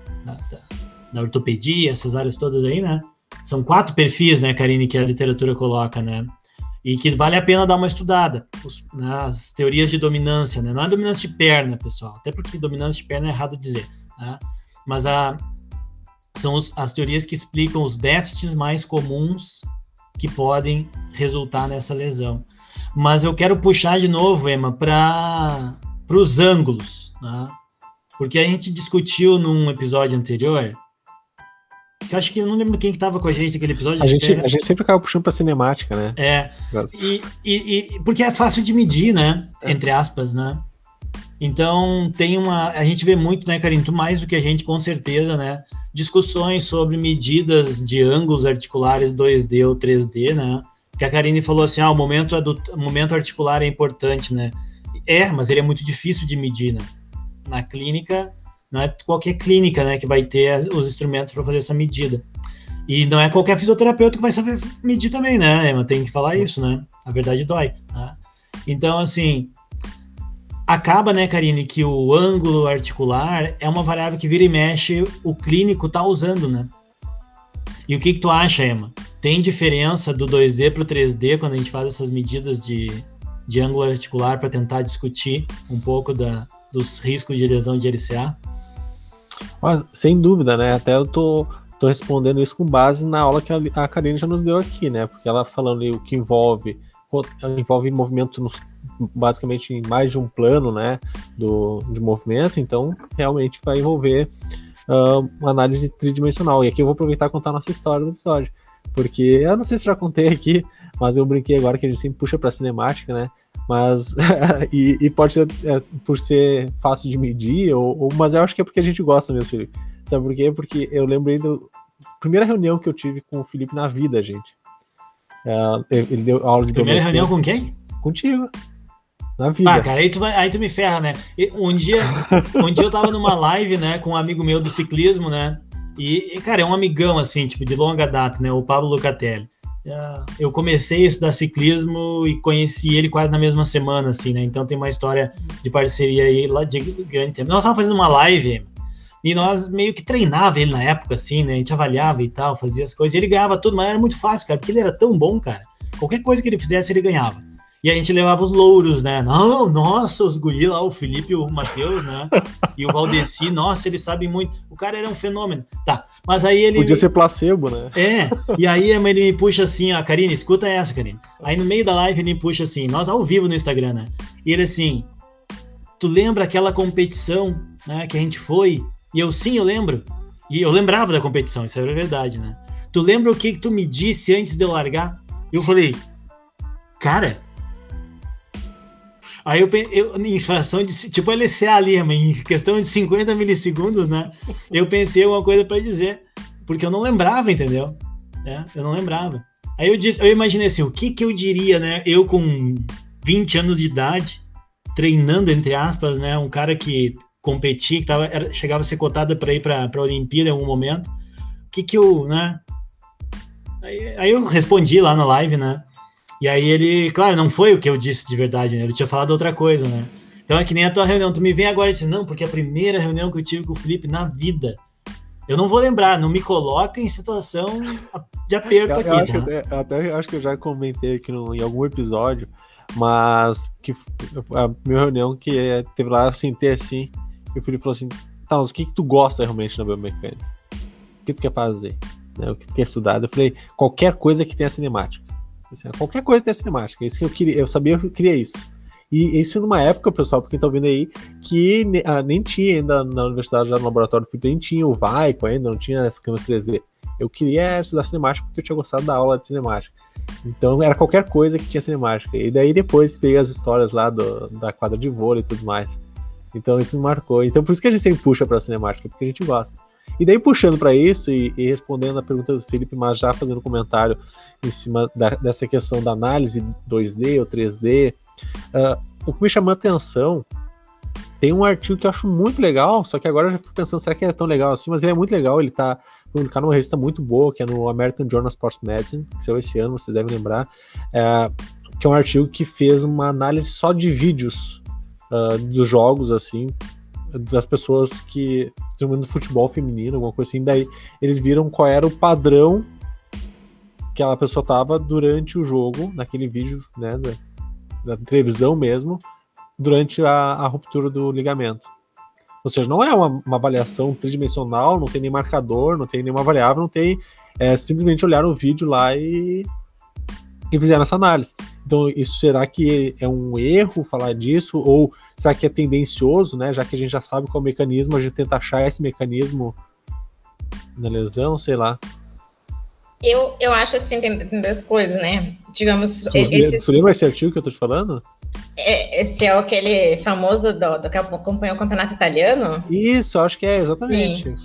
Speaker 2: na ortopedia, essas áreas todas aí, né? São 4 perfis, né, Karine, que a literatura coloca, né? e que vale a pena dar uma estudada, nas teorias de dominância, né? Não é dominância de perna, pessoal, até porque dominância de perna é errado dizer, né? Mas são as teorias que explicam os déficits mais comuns que podem resultar nessa lesão. Mas eu quero puxar de novo, Emma, para os ângulos, né? Porque a gente discutiu num episódio anterior, que eu acho que eu não lembro quem que estava com a gente naquele episódio.
Speaker 1: A gente sempre acaba puxando para cinemática, né?
Speaker 2: Porque é fácil de medir, né? Entre aspas, né? Então, a gente vê muito, né, Karine, tu mais do que a gente, com certeza, né, discussões sobre medidas de ângulos articulares 2D ou 3D, né, que a Karine falou assim, o momento articular é importante, né, mas ele é muito difícil de medir, né, na clínica, não é qualquer clínica, né, que vai ter os instrumentos para fazer essa medida, e não é qualquer fisioterapeuta que vai saber medir também, né, Emma, tem que falar isso, né, a verdade dói, né? Então, assim, acaba, né, Karine, que o ângulo articular é uma variável que vira e mexe, o clínico tá usando, né? E o que tu acha, Emma? Tem diferença do 2D para o 3D quando a gente faz essas medidas de ângulo articular para tentar discutir um pouco dos riscos de lesão de LCA?
Speaker 1: Mas, sem dúvida, né? Até eu tô respondendo isso com base na aula que a Karine já nos deu aqui, né? Porque ela falando o que envolve movimentos basicamente em mais de um plano, né, de movimento, então realmente vai envolver uma análise tridimensional. E aqui eu vou aproveitar e contar a nossa história do episódio, porque eu não sei se já contei aqui, mas eu brinquei agora que a gente sempre puxa para cinemática, né, mas e pode ser por ser fácil de medir, mas eu acho que é porque a gente gosta mesmo, Felipe. Sabe por quê? Porque eu lembrei da primeira reunião que eu tive com o Felipe na vida, gente. Ele deu aula de
Speaker 2: primeira reunião com quem?
Speaker 1: Contigo. Na vida.
Speaker 2: Cara, aí tu me ferra, né? Um dia eu tava numa live, né, com um amigo meu do ciclismo, né? E cara, é um amigão, assim, tipo, de longa data, né? O Pablo Lucatelli. Eu comecei a estudar ciclismo e conheci ele quase na mesma semana, assim, né? Então tem uma história de parceria aí lá de grande tempo. Nós tava fazendo uma live e nós meio que treinava ele na época, assim, né? A gente avaliava e tal, fazia as coisas. E ele ganhava tudo, mas era muito fácil, cara, porque ele era tão bom, cara. Qualquer coisa que ele fizesse, ele ganhava. E a gente levava os louros, né? Não, nossa, os guri lá, o Felipe e o Matheus, né? E o Valdeci, nossa, eles sabem muito. O cara era um fenômeno. Tá, mas aí ele...
Speaker 1: Podia ser placebo, né?
Speaker 2: E aí ele me puxa assim, ó, Karine, escuta essa, Karine. Aí no meio da live ele me puxa assim, nós ao vivo no Instagram, né? E ele assim, tu lembra aquela competição, né, que a gente foi? E eu, sim, eu lembro. E eu lembrava da competição, isso era verdade, né? Tu lembra o que tu me disse antes de eu largar? E eu falei, cara... Aí eu em fração de, tipo, LCA ali, em questão de 50 milissegundos, né? Eu pensei alguma coisa para dizer, porque eu não lembrava, entendeu? Eu não lembrava. Aí eu imaginei assim, o que eu diria, né? Eu com 20 anos de idade, treinando, entre aspas, né? Um cara que competia, que chegava a ser cotado para ir para a Olimpíada em algum momento. O que eu, né? Aí eu respondi lá na live, né? E aí ele, claro, não foi o que eu disse de verdade, né? Ele tinha falado outra coisa, né? Então é que nem a tua reunião, tu me vem agora e diz, não, porque a primeira reunião que eu tive com o Felipe na vida, eu não vou lembrar, não me coloca em situação de aperto aqui.
Speaker 1: Até acho que eu já comentei aqui em algum episódio, mas que a minha reunião que teve lá, assim, e o Felipe falou assim, tá, mas o que tu gosta realmente na biomecânica? O que tu quer fazer? Né? O que tu quer estudar? Eu falei, qualquer coisa que tenha cinemática. Qualquer coisa tem cinemática, isso que eu queria, eu sabia que eu queria isso. E isso numa época, pessoal, pra quem tá ouvindo aí, que nem tinha ainda na universidade, já no laboratório do Felipe, nem tinha o Vaico ainda, não tinha esquema 3D. Eu queria estudar cinemática porque eu tinha gostado da aula de cinemática. Então era qualquer coisa que tinha cinemática. E daí depois veio as histórias lá da quadra de vôlei e tudo mais. Então isso me marcou. Então por isso que a gente sempre puxa pra cinemática, porque a gente gosta. E daí puxando para isso e respondendo a pergunta do Felipe, mas já fazendo um comentário em cima dessa questão da análise 2D ou 3D, o que me chamou a atenção, tem um artigo que eu acho muito legal, só que agora eu já fico pensando, será que é tão legal assim? Mas ele é muito legal, ele tá publicado numa revista muito boa, que é no American Journal of Sports Medicine, que saiu esse ano, vocês devem lembrar, que é um artigo que fez uma análise só de vídeos dos jogos, assim, das pessoas que estão no futebol feminino, alguma coisa assim, daí eles viram qual era o padrão aquela pessoa estava durante o jogo, naquele vídeo, né, da televisão mesmo, durante a ruptura do ligamento. Ou seja, não é uma avaliação tridimensional, não tem nem marcador, não tem nenhuma variável, não tem, simplesmente olharam o vídeo lá e fizeram essa análise. Então, isso será que é um erro falar disso? Ou será que é tendencioso, né? Já que a gente já sabe qual é o mecanismo, a gente tenta achar esse mecanismo na lesão, sei lá.
Speaker 3: Eu acho assim, tem duas coisas, né? Digamos...
Speaker 1: Você lembra esse artigo que eu tô te falando?
Speaker 3: Esse é aquele famoso do que acompanhou o campeonato italiano?
Speaker 1: Isso, acho que exatamente.
Speaker 3: Sim.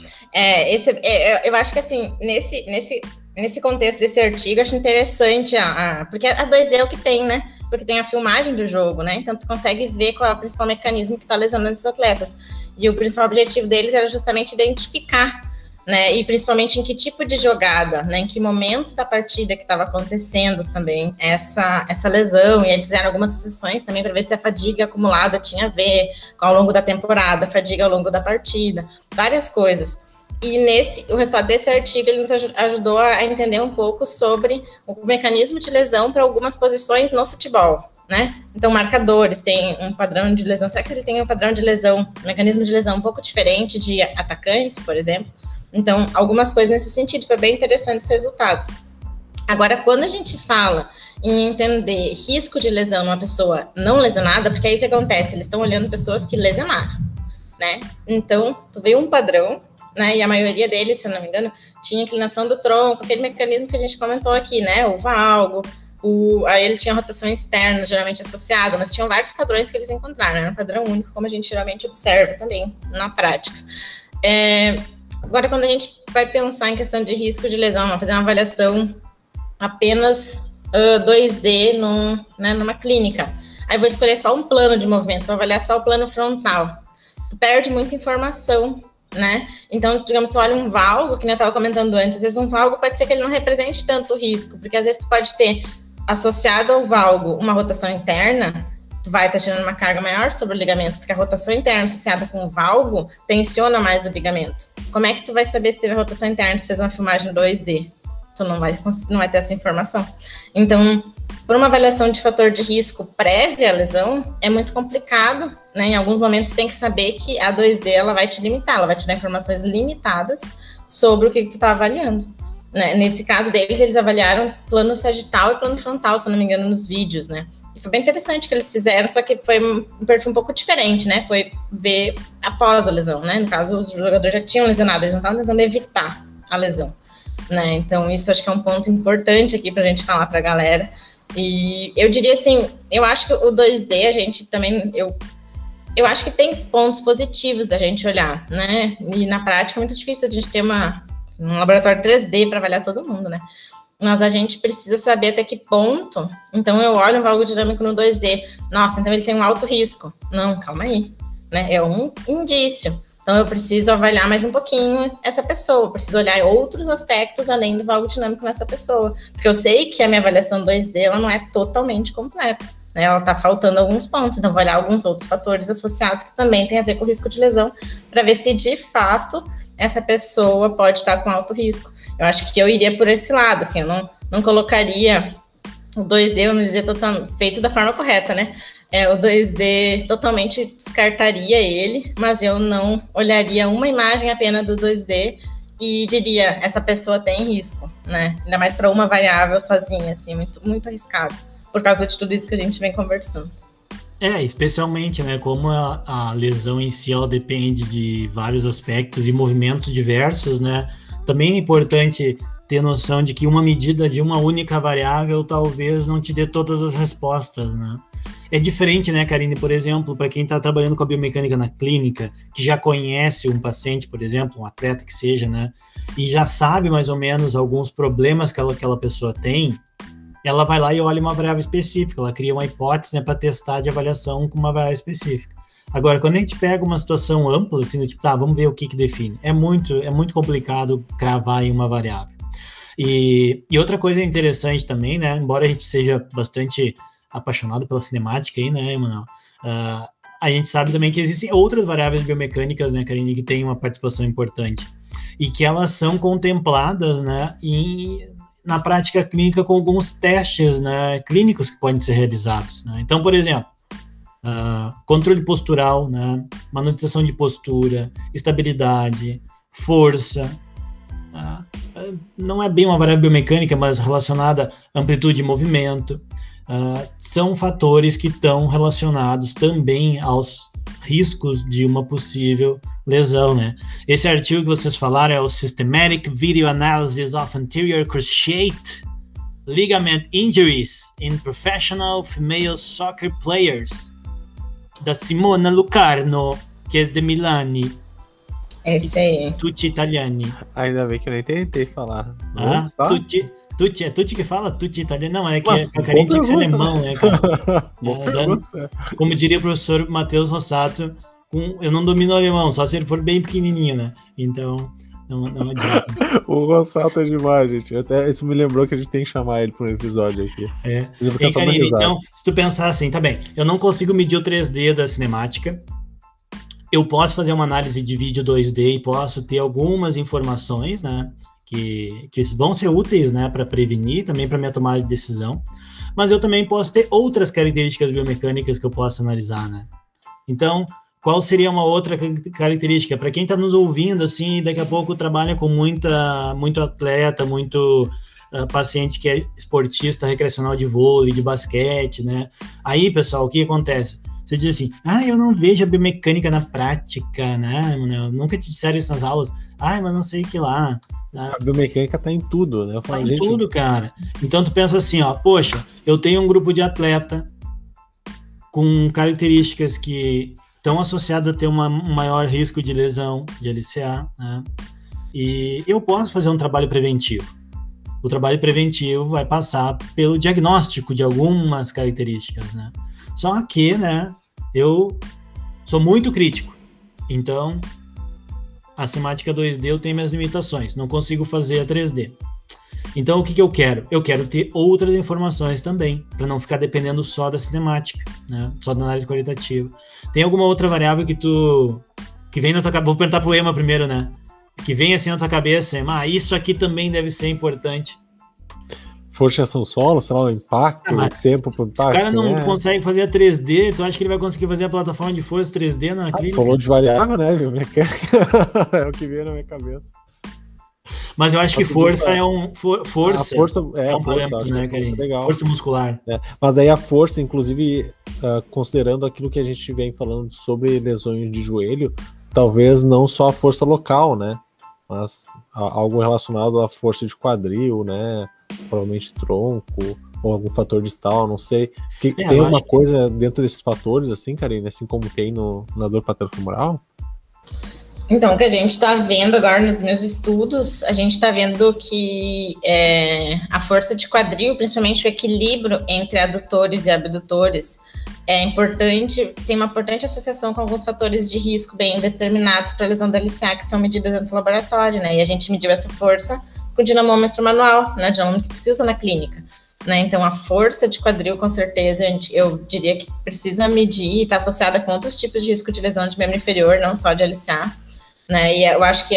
Speaker 3: Eu acho que assim, nesse contexto desse artigo, eu acho interessante, porque a 2D é o que tem, né? Porque tem a filmagem do jogo, né? Então tu consegue ver qual é o principal mecanismo que está lesionando esses atletas. E o principal objetivo deles era justamente identificar, né? E principalmente em que tipo de jogada, né? Em que momento da partida que estava acontecendo também essa lesão. E eles fizeram algumas sucessões também para ver se a fadiga acumulada tinha a ver com ao longo da temporada, a fadiga ao longo da partida, várias coisas. E o resultado desse artigo, ele nos ajudou a entender um pouco sobre o mecanismo de lesão para algumas posições no futebol, né? Então, marcadores têm um padrão de lesão. Será que ele tem um padrão de lesão, um mecanismo de lesão um pouco diferente de atacantes, por exemplo? Então, algumas coisas nesse sentido. Foi bem interessante os resultados. Agora, quando a gente fala em entender risco de lesão numa pessoa não lesionada, porque aí o que acontece? Eles estão olhando pessoas que lesionaram, né? Então, tu vê um padrão, né? E a maioria deles, se eu não me engano, tinha inclinação do tronco, aquele mecanismo que a gente comentou aqui, né? O valgo, aí ele tinha rotação externa, geralmente associada, mas tinham vários padrões que eles encontraram, era um padrão único, como a gente geralmente observa também na prática. Agora, quando a gente vai pensar em questão de risco de lesão, vamos fazer uma avaliação apenas 2D numa clínica. Aí vou escolher só um plano de movimento, vou avaliar só o plano frontal. Tu perde muita informação, né? Então, digamos, tu olha um valgo, que eu estava comentando antes, às vezes um valgo pode ser que ele não represente tanto risco, porque às vezes tu pode ter associado ao valgo uma rotação interna, tu vai estar tirando uma carga maior sobre o ligamento, porque a rotação interna associada com o valgo tensiona mais o ligamento. Como é que tu vai saber se teve a rotação interna, se fez uma filmagem 2D? Tu não vai ter essa informação. Então, por uma avaliação de fator de risco prévia à lesão, é muito complicado, né? Em alguns momentos tem que saber que a 2D ela vai te limitar, ela vai te dar informações limitadas sobre o que tu está avaliando. Né? Nesse caso deles, eles avaliaram plano sagital e plano frontal, se eu não me engano, nos vídeos, né? Foi bem interessante o que eles fizeram, só que foi um perfil um pouco diferente, né? Foi ver após a lesão, né? No caso, os jogadores já tinham lesionado, eles não estavam tentando evitar a lesão, né? Então, isso acho que é um ponto importante aqui pra gente falar pra galera. E eu diria assim, eu acho que o 2D, a gente também, eu acho que tem pontos positivos da gente olhar, né? E na prática é muito difícil a gente ter um laboratório 3D para avaliar todo mundo, né? Mas a gente precisa saber até que ponto. Então, eu olho um valgo dinâmico no 2D. Nossa, então ele tem um alto risco. Não, calma aí. Né? É um indício. Então, eu preciso avaliar mais um pouquinho essa pessoa. Eu preciso olhar outros aspectos além do valgo dinâmico nessa pessoa. Porque eu sei que a minha avaliação 2D ela não é totalmente completa. Né? Ela está faltando alguns pontos. Então, vou olhar alguns outros fatores associados que também têm a ver com o risco de lesão para ver se, de fato, essa pessoa pode estar com alto risco. Eu acho que eu iria por esse lado, assim, eu não colocaria o 2D, vamos dizer, feito da forma correta, né? O 2D totalmente descartaria ele, mas eu não olharia uma imagem apenas do 2D e diria, essa pessoa tem risco, né? Ainda mais para uma variável sozinha, assim, muito, muito arriscado, por causa de tudo isso que a gente vem conversando.
Speaker 2: Especialmente, né, como a lesão em si, ela depende de vários aspectos e movimentos diversos, né? Também é importante ter noção de que uma medida de uma única variável talvez não te dê todas as respostas, né? É diferente, né, Karine, por exemplo, para quem está trabalhando com a biomecânica na clínica, que já conhece um paciente, por exemplo, um atleta que seja, né, e já sabe mais ou menos alguns problemas que aquela pessoa tem, ela vai lá e olha uma variável específica, ela cria uma hipótese, né, para testar de avaliação com uma variável específica. Agora, quando a gente pega uma situação ampla, assim, tipo, vamos ver o que define. É muito complicado cravar em uma variável. E outra coisa interessante também, né, embora a gente seja bastante apaixonado pela cinemática aí, né, Emanuel, a gente sabe também que existem outras variáveis biomecânicas, né, Karine, que têm uma participação importante e que elas são contempladas, né, na prática clínica com alguns testes, né, clínicos que podem ser realizados, né? Então, por exemplo, controle postural, né, manutenção de postura, estabilidade, força, não é bem uma variável biomecânica, mas relacionada à amplitude de movimento, são fatores que estão relacionados também aos riscos de uma possível lesão, né? Esse artigo que vocês falaram é o Systematic Video Analysis of Anterior Cruciate Ligament Injuries in Professional Female Soccer Players, da Simona Lucarno, que é de Milani.
Speaker 3: Esse aí.
Speaker 2: Tutti Italiani.
Speaker 1: Ainda bem que eu nem tentei falar.
Speaker 2: Tutti, é Tutti que fala? Tutti italiano? Não, é que o carinha tinha que ser alemão, né, cara? Como diria o professor Matheus Rossato, eu não domino alemão, só se ele for bem pequenininho, né? Então, não adianta.
Speaker 1: O Rossato é demais, gente. Até isso me lembrou que a gente tem que chamar ele para um episódio aqui.
Speaker 2: E, Karine, então, se tu pensar assim, tá bem, eu não consigo medir o 3D da cinemática, eu posso fazer uma análise de vídeo 2D e posso ter algumas informações, né? Que vão ser úteis, né, para prevenir, também para minha tomada de decisão, mas eu também posso ter outras características biomecânicas que eu posso analisar, né? Então, qual seria uma outra característica? Para quem está nos ouvindo, assim, daqui a pouco trabalha com muito atleta, muito paciente que é esportista recreacional de vôlei, de basquete, né? Aí, pessoal, o que acontece? Você diz assim, eu não vejo a biomecânica na prática, né? Nunca te disseram isso nas aulas. Mas não sei o que lá.
Speaker 1: A biomecânica tá em tudo, né?
Speaker 2: Tá em tudo, cara. Então tu pensa assim, poxa, eu tenho um grupo de atleta com características que estão associadas a ter um maior risco de lesão de LCA, né? E eu posso fazer um trabalho preventivo. O trabalho preventivo vai passar pelo diagnóstico de algumas características, né? Só que, né, eu sou muito crítico. Então, a cinemática 2D eu tenho minhas limitações, não consigo fazer a 3D. Então, o que eu quero? Eu quero ter outras informações também, para não ficar dependendo só da cinemática, né? Só da análise qualitativa. Tem alguma outra variável que vem na tua cabeça? Vou perguntar pro Ema primeiro, né? Que vem assim na tua cabeça, Ema, isso aqui também deve ser importante.
Speaker 1: Força de ação solo, sei lá, o impacto, o tempo pro impacto.
Speaker 2: Se o cara não consegue fazer a 3D, tu acha que ele vai conseguir fazer a plataforma de força 3D na clínica?
Speaker 1: Tu falou de variável, né, viu? É o que veio na minha cabeça.
Speaker 2: Mas eu acho que força é um... Força
Speaker 1: é um
Speaker 2: parâmetro, né, Karine? Força muscular.
Speaker 1: Mas aí a força, inclusive, considerando aquilo que a gente vem falando sobre lesões de joelho, talvez não só a força local, né? Mas algo relacionado à força de quadril, né? Provavelmente tronco, ou algum fator distal, não sei. Tem uma coisa dentro desses fatores, assim, Karine, assim como tem na dor patelofemoral?
Speaker 3: Então, o que a gente está vendo agora nos meus estudos, a gente está vendo que a força de quadril, principalmente o equilíbrio entre adutores e abdutores, é importante, tem uma importante associação com alguns fatores de risco bem determinados para a lesão da LCA, que são medidas dentro do laboratório, né? E a gente mediu essa força com o dinamômetro manual, né? Dinamômetro que se usa na clínica, né? Então, a força de quadril, com certeza, eu diria que precisa medir e está associada com outros tipos de risco de lesão de membro inferior, não só de LCA, né? E eu acho que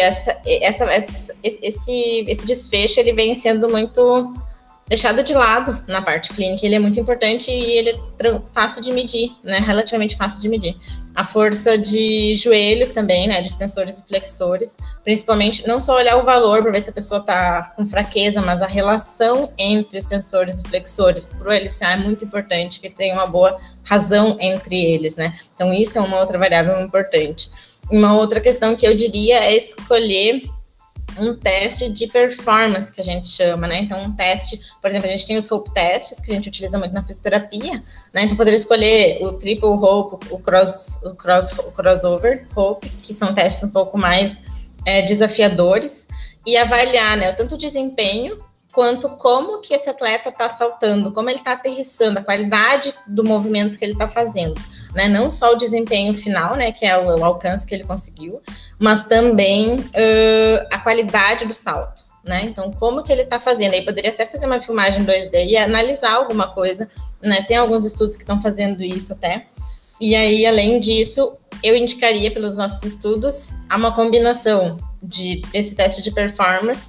Speaker 3: esse desfecho, ele vem sendo muito deixado de lado na parte clínica. Ele é muito importante e ele é fácil de medir, né? Relativamente fácil de medir. A força de joelho também, né? De extensores e flexores, principalmente, não só olhar o valor para ver se a pessoa está com fraqueza, mas a relação entre os extensores e flexores para o LCA é muito importante, que ele tenha uma boa razão entre eles, né? Então, isso é uma outra variável importante. Uma outra questão que eu diria é escolher um teste de performance, que a gente chama, né? Então, um teste, por exemplo, a gente tem os Hope Tests, que a gente utiliza muito na fisioterapia, né? Então, poderia escolher o Triple Hope, o Crossover Hope, que são testes um pouco mais desafiadores, e avaliar, né, tanto o desempenho, quanto como que esse atleta está saltando, como ele está aterrissando, a qualidade do movimento que ele está fazendo, né? Não só o desempenho final, né, que é o alcance que ele conseguiu, mas também a qualidade do salto, né? Então, como que ele está fazendo? Aí poderia até fazer uma filmagem 2D e analisar alguma coisa, né? Tem alguns estudos que estão fazendo isso até. E aí, além disso, eu indicaria pelos nossos estudos uma combinação desse teste de performance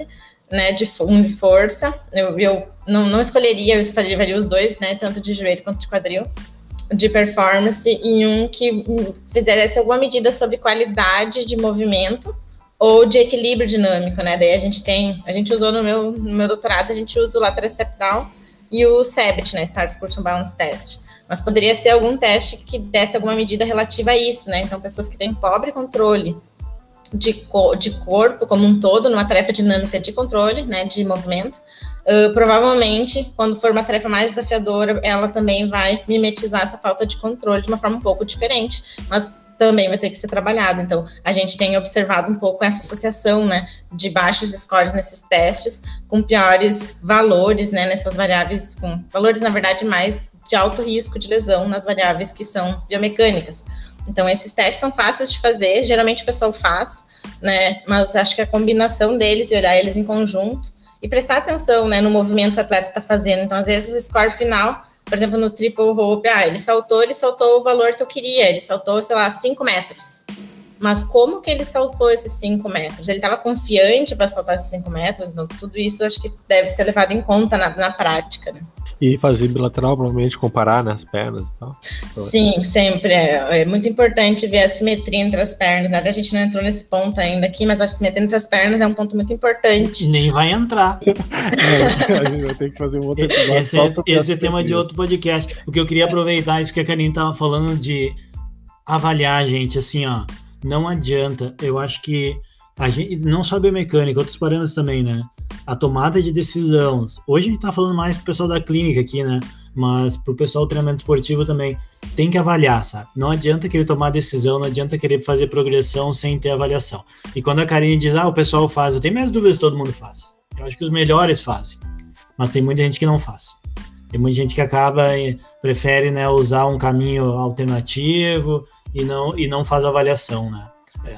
Speaker 3: né, de força. Eu não escolheria, eu faria os dois, né, tanto de joelho quanto de quadril, de performance, e um que fizesse alguma medida sobre qualidade de movimento ou de equilíbrio dinâmico, né? Daí a gente usou no meu doutorado, a gente usa o lateral step down e o SEBT, né, Start Excursion Balance Test. Mas poderia ser algum teste que desse alguma medida relativa a isso, né? Então, pessoas que têm pobre controle de corpo como um todo, numa tarefa dinâmica de controle, né, de movimento, provavelmente, quando for uma tarefa mais desafiadora, ela também vai mimetizar essa falta de controle de uma forma um pouco diferente, mas também vai ter que ser trabalhado. Então, a gente tem observado um pouco essa associação, né, de baixos scores nesses testes, com piores valores, né, nessas variáveis, com valores, na verdade, mais de alto risco de lesão nas variáveis que são biomecânicas. Então, esses testes são fáceis de fazer, geralmente o pessoal faz, né, mas acho que a combinação deles e olhar eles em conjunto e prestar atenção, né, no movimento que o atleta está fazendo. Então, às vezes, o score final, por exemplo, no triple rope, ele saltou o valor que eu queria, ele saltou, sei lá, 5 metros. Mas como que ele saltou esses 5 metros? Ele estava confiante para saltar esses 5 metros? Então, tudo isso acho que deve ser levado em conta na prática, né?
Speaker 1: E fazer bilateral, provavelmente, comparar, né, as pernas e tal. Então,
Speaker 3: sim, sempre. É muito importante ver a simetria entre as pernas, né? A gente não entrou nesse ponto ainda aqui, mas a simetria entre as pernas é um ponto muito importante.
Speaker 2: Nem vai entrar.
Speaker 1: A gente vai ter que fazer um outro episódio.
Speaker 2: Esse é tema de outro podcast. O que eu queria aproveitar, isso que a Karine estava falando de avaliar, gente, assim, ó, não adianta. Eu acho que a gente, não só a biomecânica, outros parâmetros também, né? A tomada de decisões. Hoje a gente tá falando mais pro pessoal da clínica aqui, né? Mas pro pessoal do treinamento esportivo também tem que avaliar, sabe? Não adianta querer tomar decisão, não adianta querer fazer progressão sem ter avaliação. E quando a Karine diz, o pessoal faz, eu tenho minhas dúvidas se todo mundo faz. Eu acho que os melhores fazem, mas tem muita gente que não faz. Tem muita gente que acaba e prefere, né, usar um caminho alternativo e não faz avaliação, né?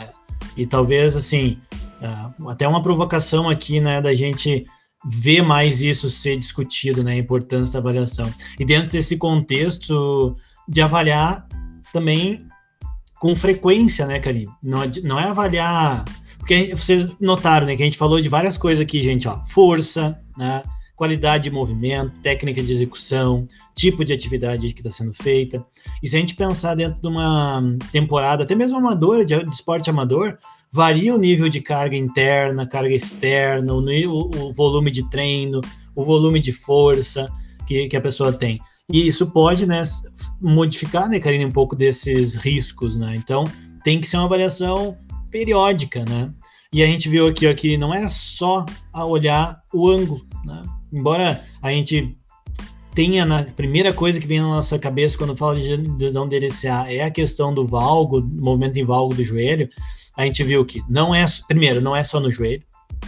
Speaker 2: E talvez, assim, até uma provocação aqui, né, da gente ver mais isso ser discutido, né, a importância da avaliação. E dentro desse contexto de avaliar também com frequência, né, Karine? Não é avaliar... Porque vocês notaram, né, que a gente falou de várias coisas aqui, gente, ó, força, né, qualidade de movimento, técnica de execução, tipo de atividade que está sendo feita. E se a gente pensar dentro de uma temporada, até mesmo amadora, de esporte amador, varia o nível de carga interna, carga externa, o volume de treino, o volume de força que a pessoa tem. E isso pode, né, modificar, né, Karine, um pouco desses riscos, né? Então, tem que ser uma avaliação periódica, né? E a gente viu aqui, ó, que não é só a olhar o ângulo, né? Embora a gente tenha, na primeira coisa que vem na nossa cabeça quando fala de lesão de LCA é a questão do valgo, do movimento em valgo do joelho, a gente viu que não é só no joelho,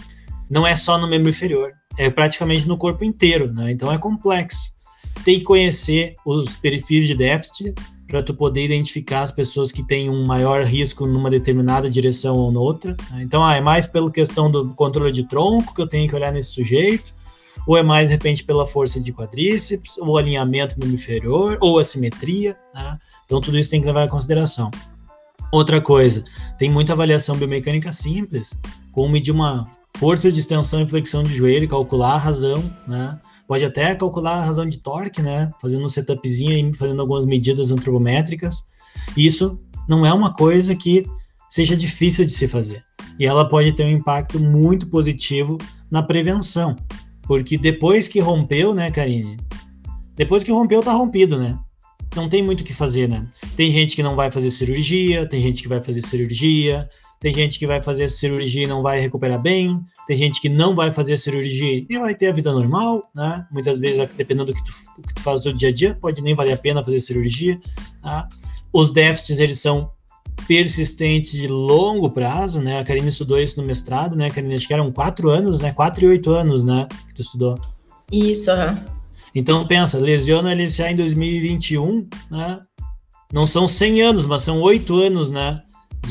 Speaker 2: não é só no membro inferior, é praticamente no corpo inteiro, né? Então é complexo. Tem que conhecer os perfis de déficit para tu poder identificar as pessoas que têm um maior risco numa determinada direção ou noutra, né? Então, é mais pela questão do controle de tronco que eu tenho que olhar nesse sujeito, ou é mais, de repente, pela força de quadríceps, ou alinhamento membro inferior, ou a simetria, né? Então, tudo isso tem que levar em consideração. Outra coisa, tem muita avaliação biomecânica simples, como medir uma força de extensão e flexão de joelho, calcular a razão, né? Pode até calcular a razão de torque, né? Fazendo um setupzinho e fazendo algumas medidas antropométricas. Isso não é uma coisa que seja difícil de se fazer. E ela pode ter um impacto muito positivo na prevenção. Porque depois que rompeu, né, Karine? Depois que rompeu, tá rompido, né? Não tem muito o que fazer, né? Tem gente que não vai fazer cirurgia, tem gente que vai fazer cirurgia, tem gente que vai fazer cirurgia e não vai recuperar bem, tem gente que não vai fazer cirurgia e vai ter a vida normal, né? Muitas vezes, dependendo do que tu faz no dia a dia, pode nem valer a pena fazer cirurgia, tá? Os déficits, eles são persistentes de longo prazo, né? A Karine estudou isso no mestrado, né, Karine? Acho que eram 4 anos, né? 4 e 8 anos, né? Que tu estudou.
Speaker 3: Isso, aham.
Speaker 2: Então, pensa, lesiona a LCA em 2021, né? Não são 100 anos, mas são 8 anos, né?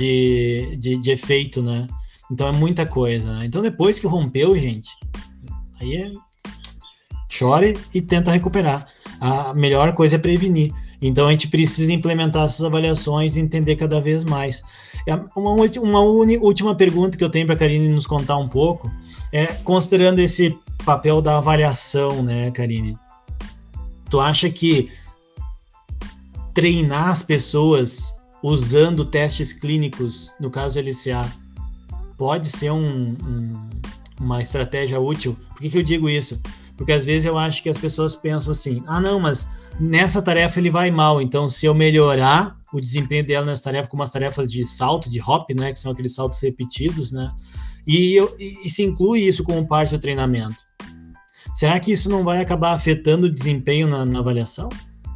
Speaker 2: De efeito, né? Então é muita coisa, né? Então depois que rompeu, gente, aí chore e tenta recuperar. A melhor coisa é prevenir. Então a gente precisa implementar essas avaliações e entender cada vez mais. Uma última pergunta que eu tenho para a Karine nos contar um pouco é, considerando esse papel da avaliação, né, Karine? Tu acha que treinar as pessoas usando testes clínicos, no caso LCA, pode ser uma estratégia útil? Por que eu digo isso? Porque às vezes eu acho que as pessoas pensam assim, não, mas nessa tarefa ele vai mal, então se eu melhorar o desempenho dela nessa tarefa, como as tarefas de salto, de hop, né, que são aqueles saltos repetidos, né, e se inclui isso como parte do treinamento. Será que isso não vai acabar afetando o desempenho na avaliação?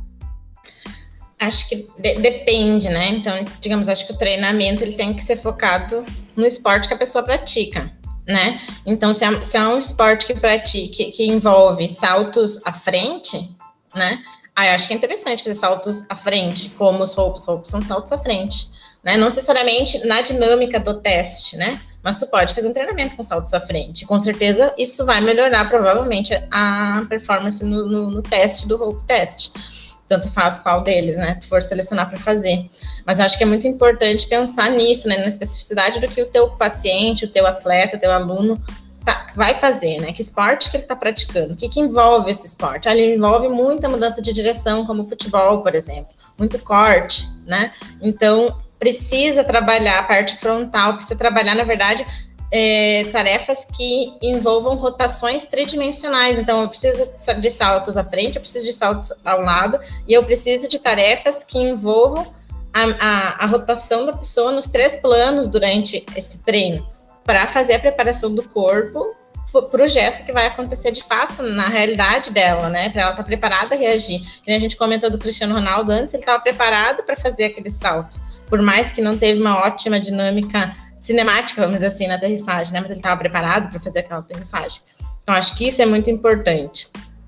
Speaker 3: Acho que depende, né? Então, digamos, acho que o treinamento ele tem que ser focado no esporte que a pessoa pratica, né? Então, se é um esporte que envolve saltos à frente, né? Eu acho que é interessante fazer saltos à frente, como os ropes são saltos à frente, né? Não necessariamente na dinâmica do teste, né? Mas tu pode fazer um treinamento com saltos à frente. Com certeza, isso vai melhorar, provavelmente, a performance no teste do rope test. Tanto faz qual deles, né? Tu for selecionar para fazer. Mas eu acho que é muito importante pensar nisso, né? Na especificidade do que o teu paciente, o teu atleta, o teu aluno vai fazer, né? Que esporte que ele está praticando? O que envolve esse esporte? Ele envolve muita mudança de direção, como o futebol, por exemplo. Muito corte, né? Então, precisa trabalhar a parte frontal, precisa trabalhar, na verdade, tarefas que envolvam rotações tridimensionais. Então, eu preciso de saltos à frente, eu preciso de saltos ao lado, e eu preciso de tarefas que envolvam a rotação da pessoa nos 3 planos durante esse treino, para fazer a preparação do corpo para o gesto que vai acontecer de fato na realidade dela, né? Para ela estar preparada a reagir. A gente comentou do Cristiano Ronaldo antes, ele estava preparado para fazer aquele salto, por mais que não teve uma ótima dinâmica cinemática, vamos dizer assim, na aterrissagem, né? Mas ele estava preparado para fazer aquela aterrissagem. Então, acho que isso é muito importante.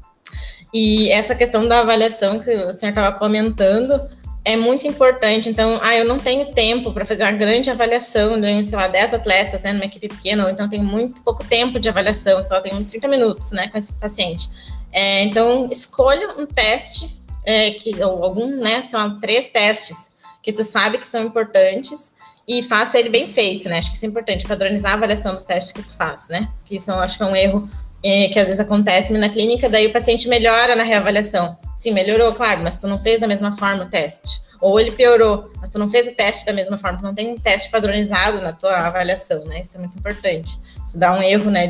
Speaker 3: E essa questão da avaliação que o senhor estava comentando é muito importante. Então, eu não tenho tempo para fazer uma grande avaliação de, sei lá, 10 atletas, né, numa equipe pequena, ou então tenho muito pouco tempo de avaliação, só tenho 30 minutos, né, com esse paciente. Então, escolha um teste, ou algum, né, sei lá, 3 testes que tu sabe que são importantes, e faça ele bem feito, né? Acho que isso é importante, padronizar a avaliação dos testes que tu faz, né? Isso eu acho que é um erro que às vezes acontece na clínica, daí o paciente melhora na reavaliação. Sim, melhorou, claro, mas tu não fez da mesma forma o teste. Ou ele piorou, mas tu não fez o teste da mesma forma, tu não tem um teste padronizado na tua avaliação, né? Isso é muito importante. Isso dá um erro, né,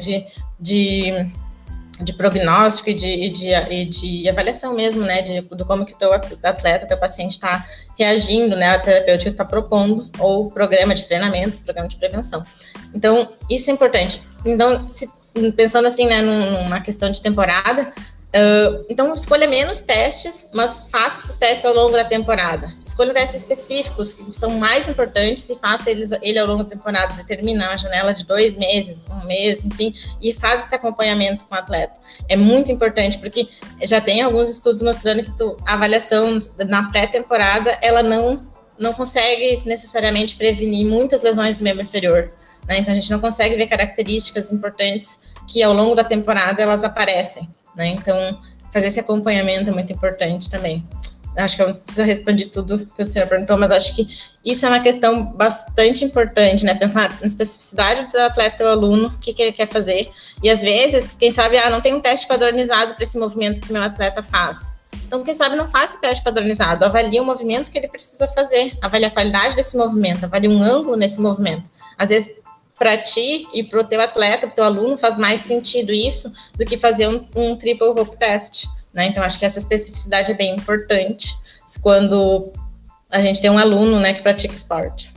Speaker 3: de prognóstico e de avaliação mesmo, né, do como que o teu atleta, teu paciente está reagindo, né, a terapêutica que está propondo, ou programa de treinamento, programa de prevenção. Então, isso é importante. Então, pensando assim, né, numa questão de temporada, então escolha menos testes, mas faça esses testes ao longo da temporada. Escolha testes específicos que são mais importantes e faça ele ao longo da temporada. Determina uma janela de 2 meses, 1 mês, enfim, e faça esse acompanhamento com o atleta. É muito importante, porque já tem alguns estudos mostrando que a avaliação na pré-temporada, ela não consegue necessariamente prevenir muitas lesões do membro inferior, né? Então a gente não consegue ver características importantes que ao longo da temporada elas aparecem, né? Então, fazer esse acompanhamento é muito importante também. Acho que eu não preciso responder tudo que o senhor perguntou, mas acho que isso é uma questão bastante importante, né? Pensar na especificidade do atleta ou aluno, o que ele quer fazer. E, às vezes, quem sabe, não tem um teste padronizado para esse movimento que meu atleta faz. Então, quem sabe, não faça teste padronizado. Avalie o movimento que ele precisa fazer. Avalie a qualidade desse movimento. Avalie um ângulo nesse movimento. Às vezes, para ti e para o teu atleta, para o teu aluno, faz mais sentido isso do que fazer um triple rope test, né? Então, acho que essa especificidade é bem importante quando a gente tem um aluno, né, que pratica esporte.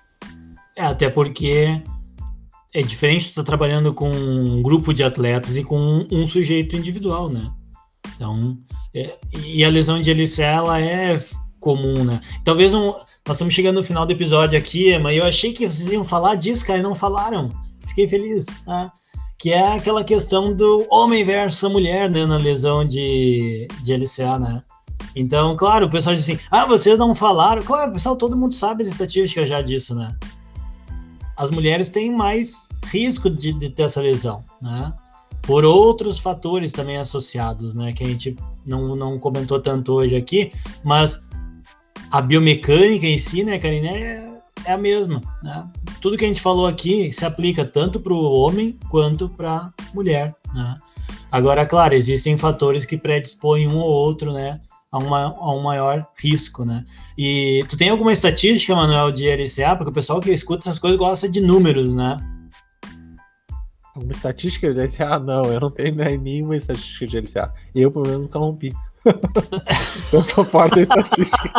Speaker 2: Até porque é diferente tu tá trabalhando com um grupo de atletas e com um sujeito individual, né? Então, e a lesão de LCA, ela é comum, né? Talvez nós estamos chegando no final do episódio aqui, mas eu achei que vocês iam falar disso, cara, e não falaram. Fiquei feliz, né? Que é aquela questão do homem versus a mulher, né, na lesão de LCA, né? Então, claro, o pessoal diz assim, vocês não falaram. Claro, pessoal, todo mundo sabe as estatísticas já disso, né? As mulheres têm mais risco de ter essa lesão, né? por outros fatores também associados, né, que a gente não comentou tanto hoje aqui, mas a biomecânica em si, né, Karine, é a mesma, né? Tudo que a gente falou aqui se aplica tanto para o homem quanto para a mulher, né? Agora, claro, existem fatores que predispõem um ou outro, né, a um maior risco, né? E tu tem alguma estatística, Manuel, de LCA? Porque o pessoal que escuta essas coisas gosta de números, né?
Speaker 1: Alguma estatística de LCA? Não, eu não tenho nenhuma estatística de LCA. Eu, pelo menos, nunca rompi. Então, só pode ter estatística.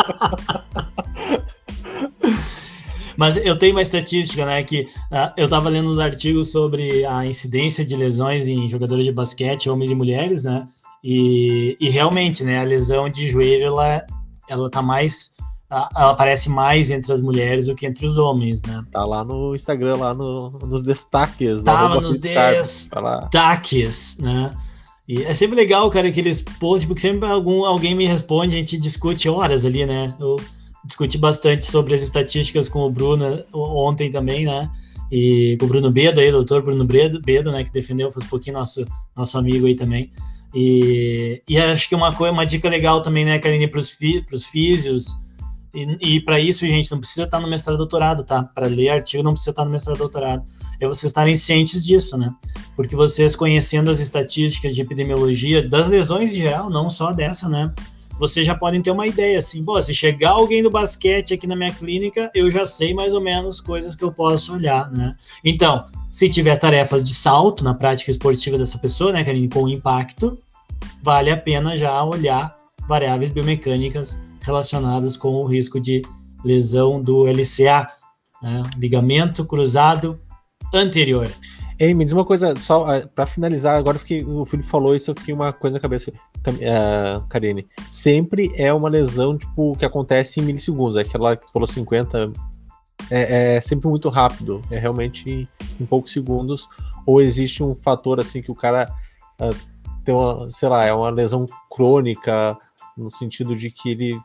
Speaker 2: Mas eu tenho uma estatística, né, que eu estava lendo uns artigos sobre a incidência de lesões em jogadores de basquete, homens e mulheres, né, e realmente, né, a lesão de joelho, ela tá mais, ela aparece mais entre as mulheres do que entre os homens, né.
Speaker 1: Tá lá no Instagram, lá nos destaques.
Speaker 2: Tava nos destaques, né. E é sempre legal, cara, aqueles posts, porque sempre alguém me responde, a gente discute horas ali, né. Eu discuti bastante sobre as estatísticas com o Bruno ontem também, né? E com o Bruno Bedo aí, doutor Bruno Bedo, né? Que defendeu, faz um pouquinho nosso amigo aí também. E acho que uma dica legal também, né, Karine, para os físios. E para isso, gente, não precisa estar no mestrado doutorado, tá? Para ler artigo não precisa estar no mestrado doutorado. É vocês estarem cientes disso, né? Porque vocês conhecendo as estatísticas de epidemiologia, das lesões em geral, não só dessa, né? Vocês já podem ter uma ideia, assim, se chegar alguém do basquete aqui na minha clínica, eu já sei mais ou menos coisas que eu posso olhar, né? Então, se tiver tarefas de salto na prática esportiva dessa pessoa, né, Karine, com impacto, vale a pena já olhar variáveis biomecânicas relacionadas com o risco de lesão do LCA, né? Ligamento cruzado anterior.
Speaker 1: Ei, me diz uma coisa, só para finalizar, agora o Felipe falou isso, eu fiquei uma coisa na cabeça, Karine. Sempre é uma lesão, tipo, que acontece em milissegundos, aquela que você falou 50, é sempre muito rápido, é realmente em poucos segundos, ou existe um fator, assim, que o cara tem uma, sei lá, é uma lesão crônica, no sentido de que ele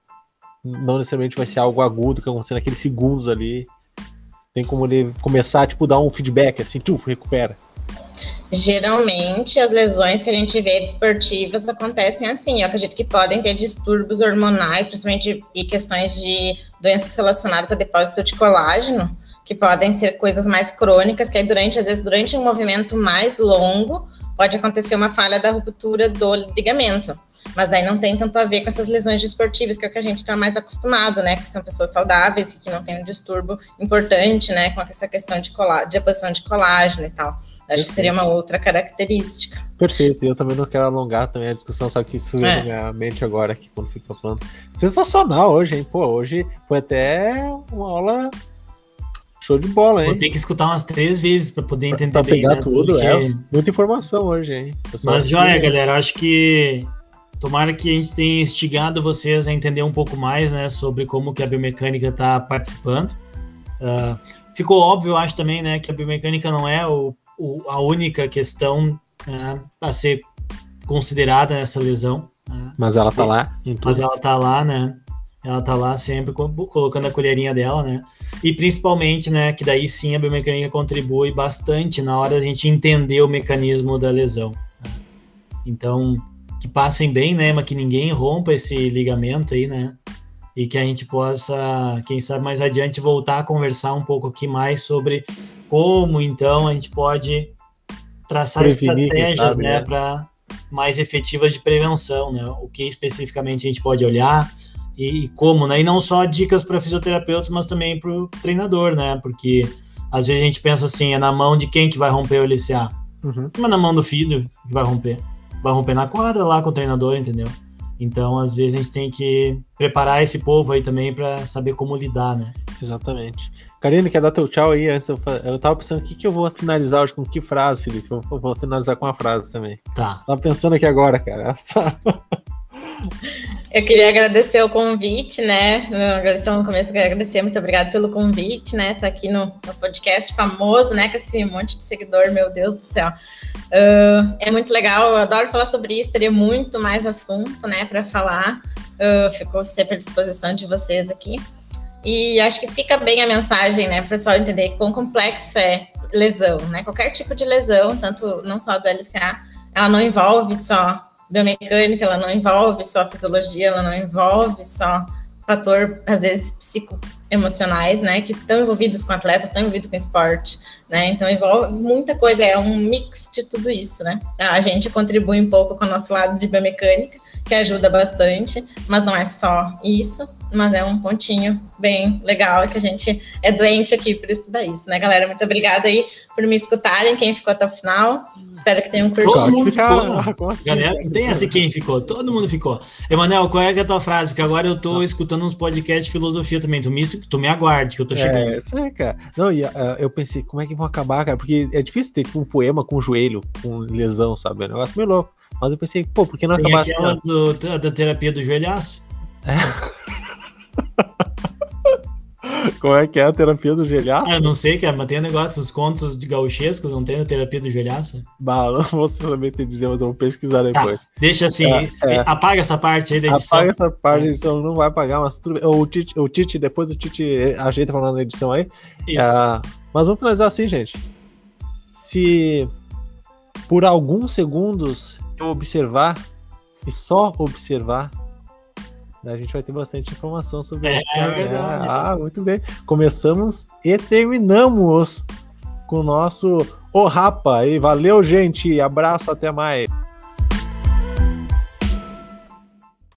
Speaker 1: não necessariamente vai ser algo agudo, que acontece naqueles segundos ali. Tem como ele começar, tipo, dar um feedback, assim, recupera.
Speaker 3: Geralmente, as lesões que a gente vê desportivas acontecem assim. Eu acredito que podem ter distúrbios hormonais, principalmente e questões de doenças relacionadas a depósito de colágeno, que podem ser coisas mais crônicas, que aí, às vezes, durante um movimento mais longo, pode acontecer uma falha da ruptura do ligamento. Mas daí não tem tanto a ver com essas lesões desportivas, que é o que a gente está mais acostumado, né? Que são pessoas saudáveis e que não tem um distúrbio importante, né? Com essa questão de deposição de colágeno e tal. Acho que seria uma outra característica.
Speaker 1: Perfeito, e eu também não quero alongar também a discussão, só que isso veio na minha mente agora, aqui, quando fica falando. Sensacional hoje, hein? Pô, hoje foi até uma aula show de bola, hein?
Speaker 2: Vou ter que escutar umas 3 vezes para poder entender pra
Speaker 1: bem, pegar, né? Tudo,
Speaker 2: porque...
Speaker 1: muita informação hoje, hein?
Speaker 2: Mas, joia, galera, acho que tomara que a gente tenha instigado vocês a entender um pouco mais, né, sobre como que a biomecânica está participando. Ficou óbvio, eu acho também, né, que a biomecânica não é a única questão a ser considerada nessa lesão.
Speaker 1: Mas ela está lá.
Speaker 2: Mas ela está lá, né? Ela está lá sempre colocando a colherinha dela, né? E principalmente, né, que daí sim a biomecânica contribui bastante na hora de a gente entender o mecanismo da lesão. Né? Então, que passem bem, né, mas que ninguém rompa esse ligamento aí, né, e que a gente possa, quem sabe mais adiante, voltar a conversar um pouco aqui mais sobre como, então, a gente pode traçar estratégias, né, para mais efetivas de prevenção, né, o que especificamente a gente pode olhar e como, né, e não só dicas para fisioterapeutas, mas também para o treinador, né, porque às vezes a gente pensa assim, é na mão de quem que vai romper o LCA? Mas na mão do filho que vai romper na quadra lá com o treinador, entendeu? Então, às vezes, a gente tem que preparar esse povo aí também para saber como lidar, né?
Speaker 1: Exatamente. Karine, quer dar teu tchau aí? Antes eu tava pensando, o que eu vou finalizar hoje com que frase, Felipe? Eu vou finalizar com uma frase também.
Speaker 2: Tá.
Speaker 1: Tava pensando aqui agora, cara.
Speaker 3: Eu queria agradecer o convite, né? No começo, eu queria agradecer, muito obrigada pelo convite, né? Tá aqui no podcast famoso, né? Com esse monte de seguidor, meu Deus do céu. É muito legal, eu adoro falar sobre isso, teria muito mais assunto, né, para falar. Ficou sempre à disposição de vocês aqui. E acho que fica bem a mensagem, né, para o pessoal entender quão complexo é lesão, né? Qualquer tipo de lesão, tanto não só do LCA, ela não envolve só biomecânica, ela não envolve só fisiologia, ela não envolve só fator, às vezes, psicoemocionais, né, que estão envolvidos com atletas, estão envolvidos com esporte, né, então envolve muita coisa, é um mix de tudo isso, né. A gente contribui um pouco com o nosso lado de biomecânica, que ajuda bastante, mas não é só isso, mas é um pontinho bem legal, que a gente é doente aqui por estudar isso, né, galera? Muito obrigada aí por me escutarem, quem ficou até o final. Espero que tenham curtido.
Speaker 2: Todo mundo ficou. Assim, galera, não tem essa quem ficou, todo mundo ficou. Emanuel, qual é a tua frase? Porque agora eu tô escutando uns podcasts de filosofia também. Tu me aguarde, que eu tô chegando.
Speaker 1: Isso aí, cara. Não, eu pensei, como é que vão acabar, cara? Porque é difícil ter tipo um poema com joelho, com lesão, sabe? É um negócio meio louco. Mas eu pensei, pô, por que não acabar
Speaker 2: assim? Aquela da terapia do joelhaço?
Speaker 1: Como é que é a terapia do joelhaço?
Speaker 2: Eu não sei, cara, mas tem um negócio dos contos de gauchescos, não tem a terapia do joelhaço?
Speaker 1: Não vou saber te dizer, mas eu vou pesquisar depois.
Speaker 2: Tá, deixa assim, apaga essa parte aí da edição.
Speaker 1: Apaga essa parte da edição, não vai apagar, mas tudo bem. O Tite, depois o Tite ajeita pra nós na edição aí.
Speaker 2: Isso.
Speaker 1: Mas vamos finalizar assim, gente. Se por alguns segundos eu observar, e só observar, a gente vai ter bastante informação sobre isso. Muito bem. Começamos e terminamos com o nosso Rapa. E valeu, gente. Abraço, até mais.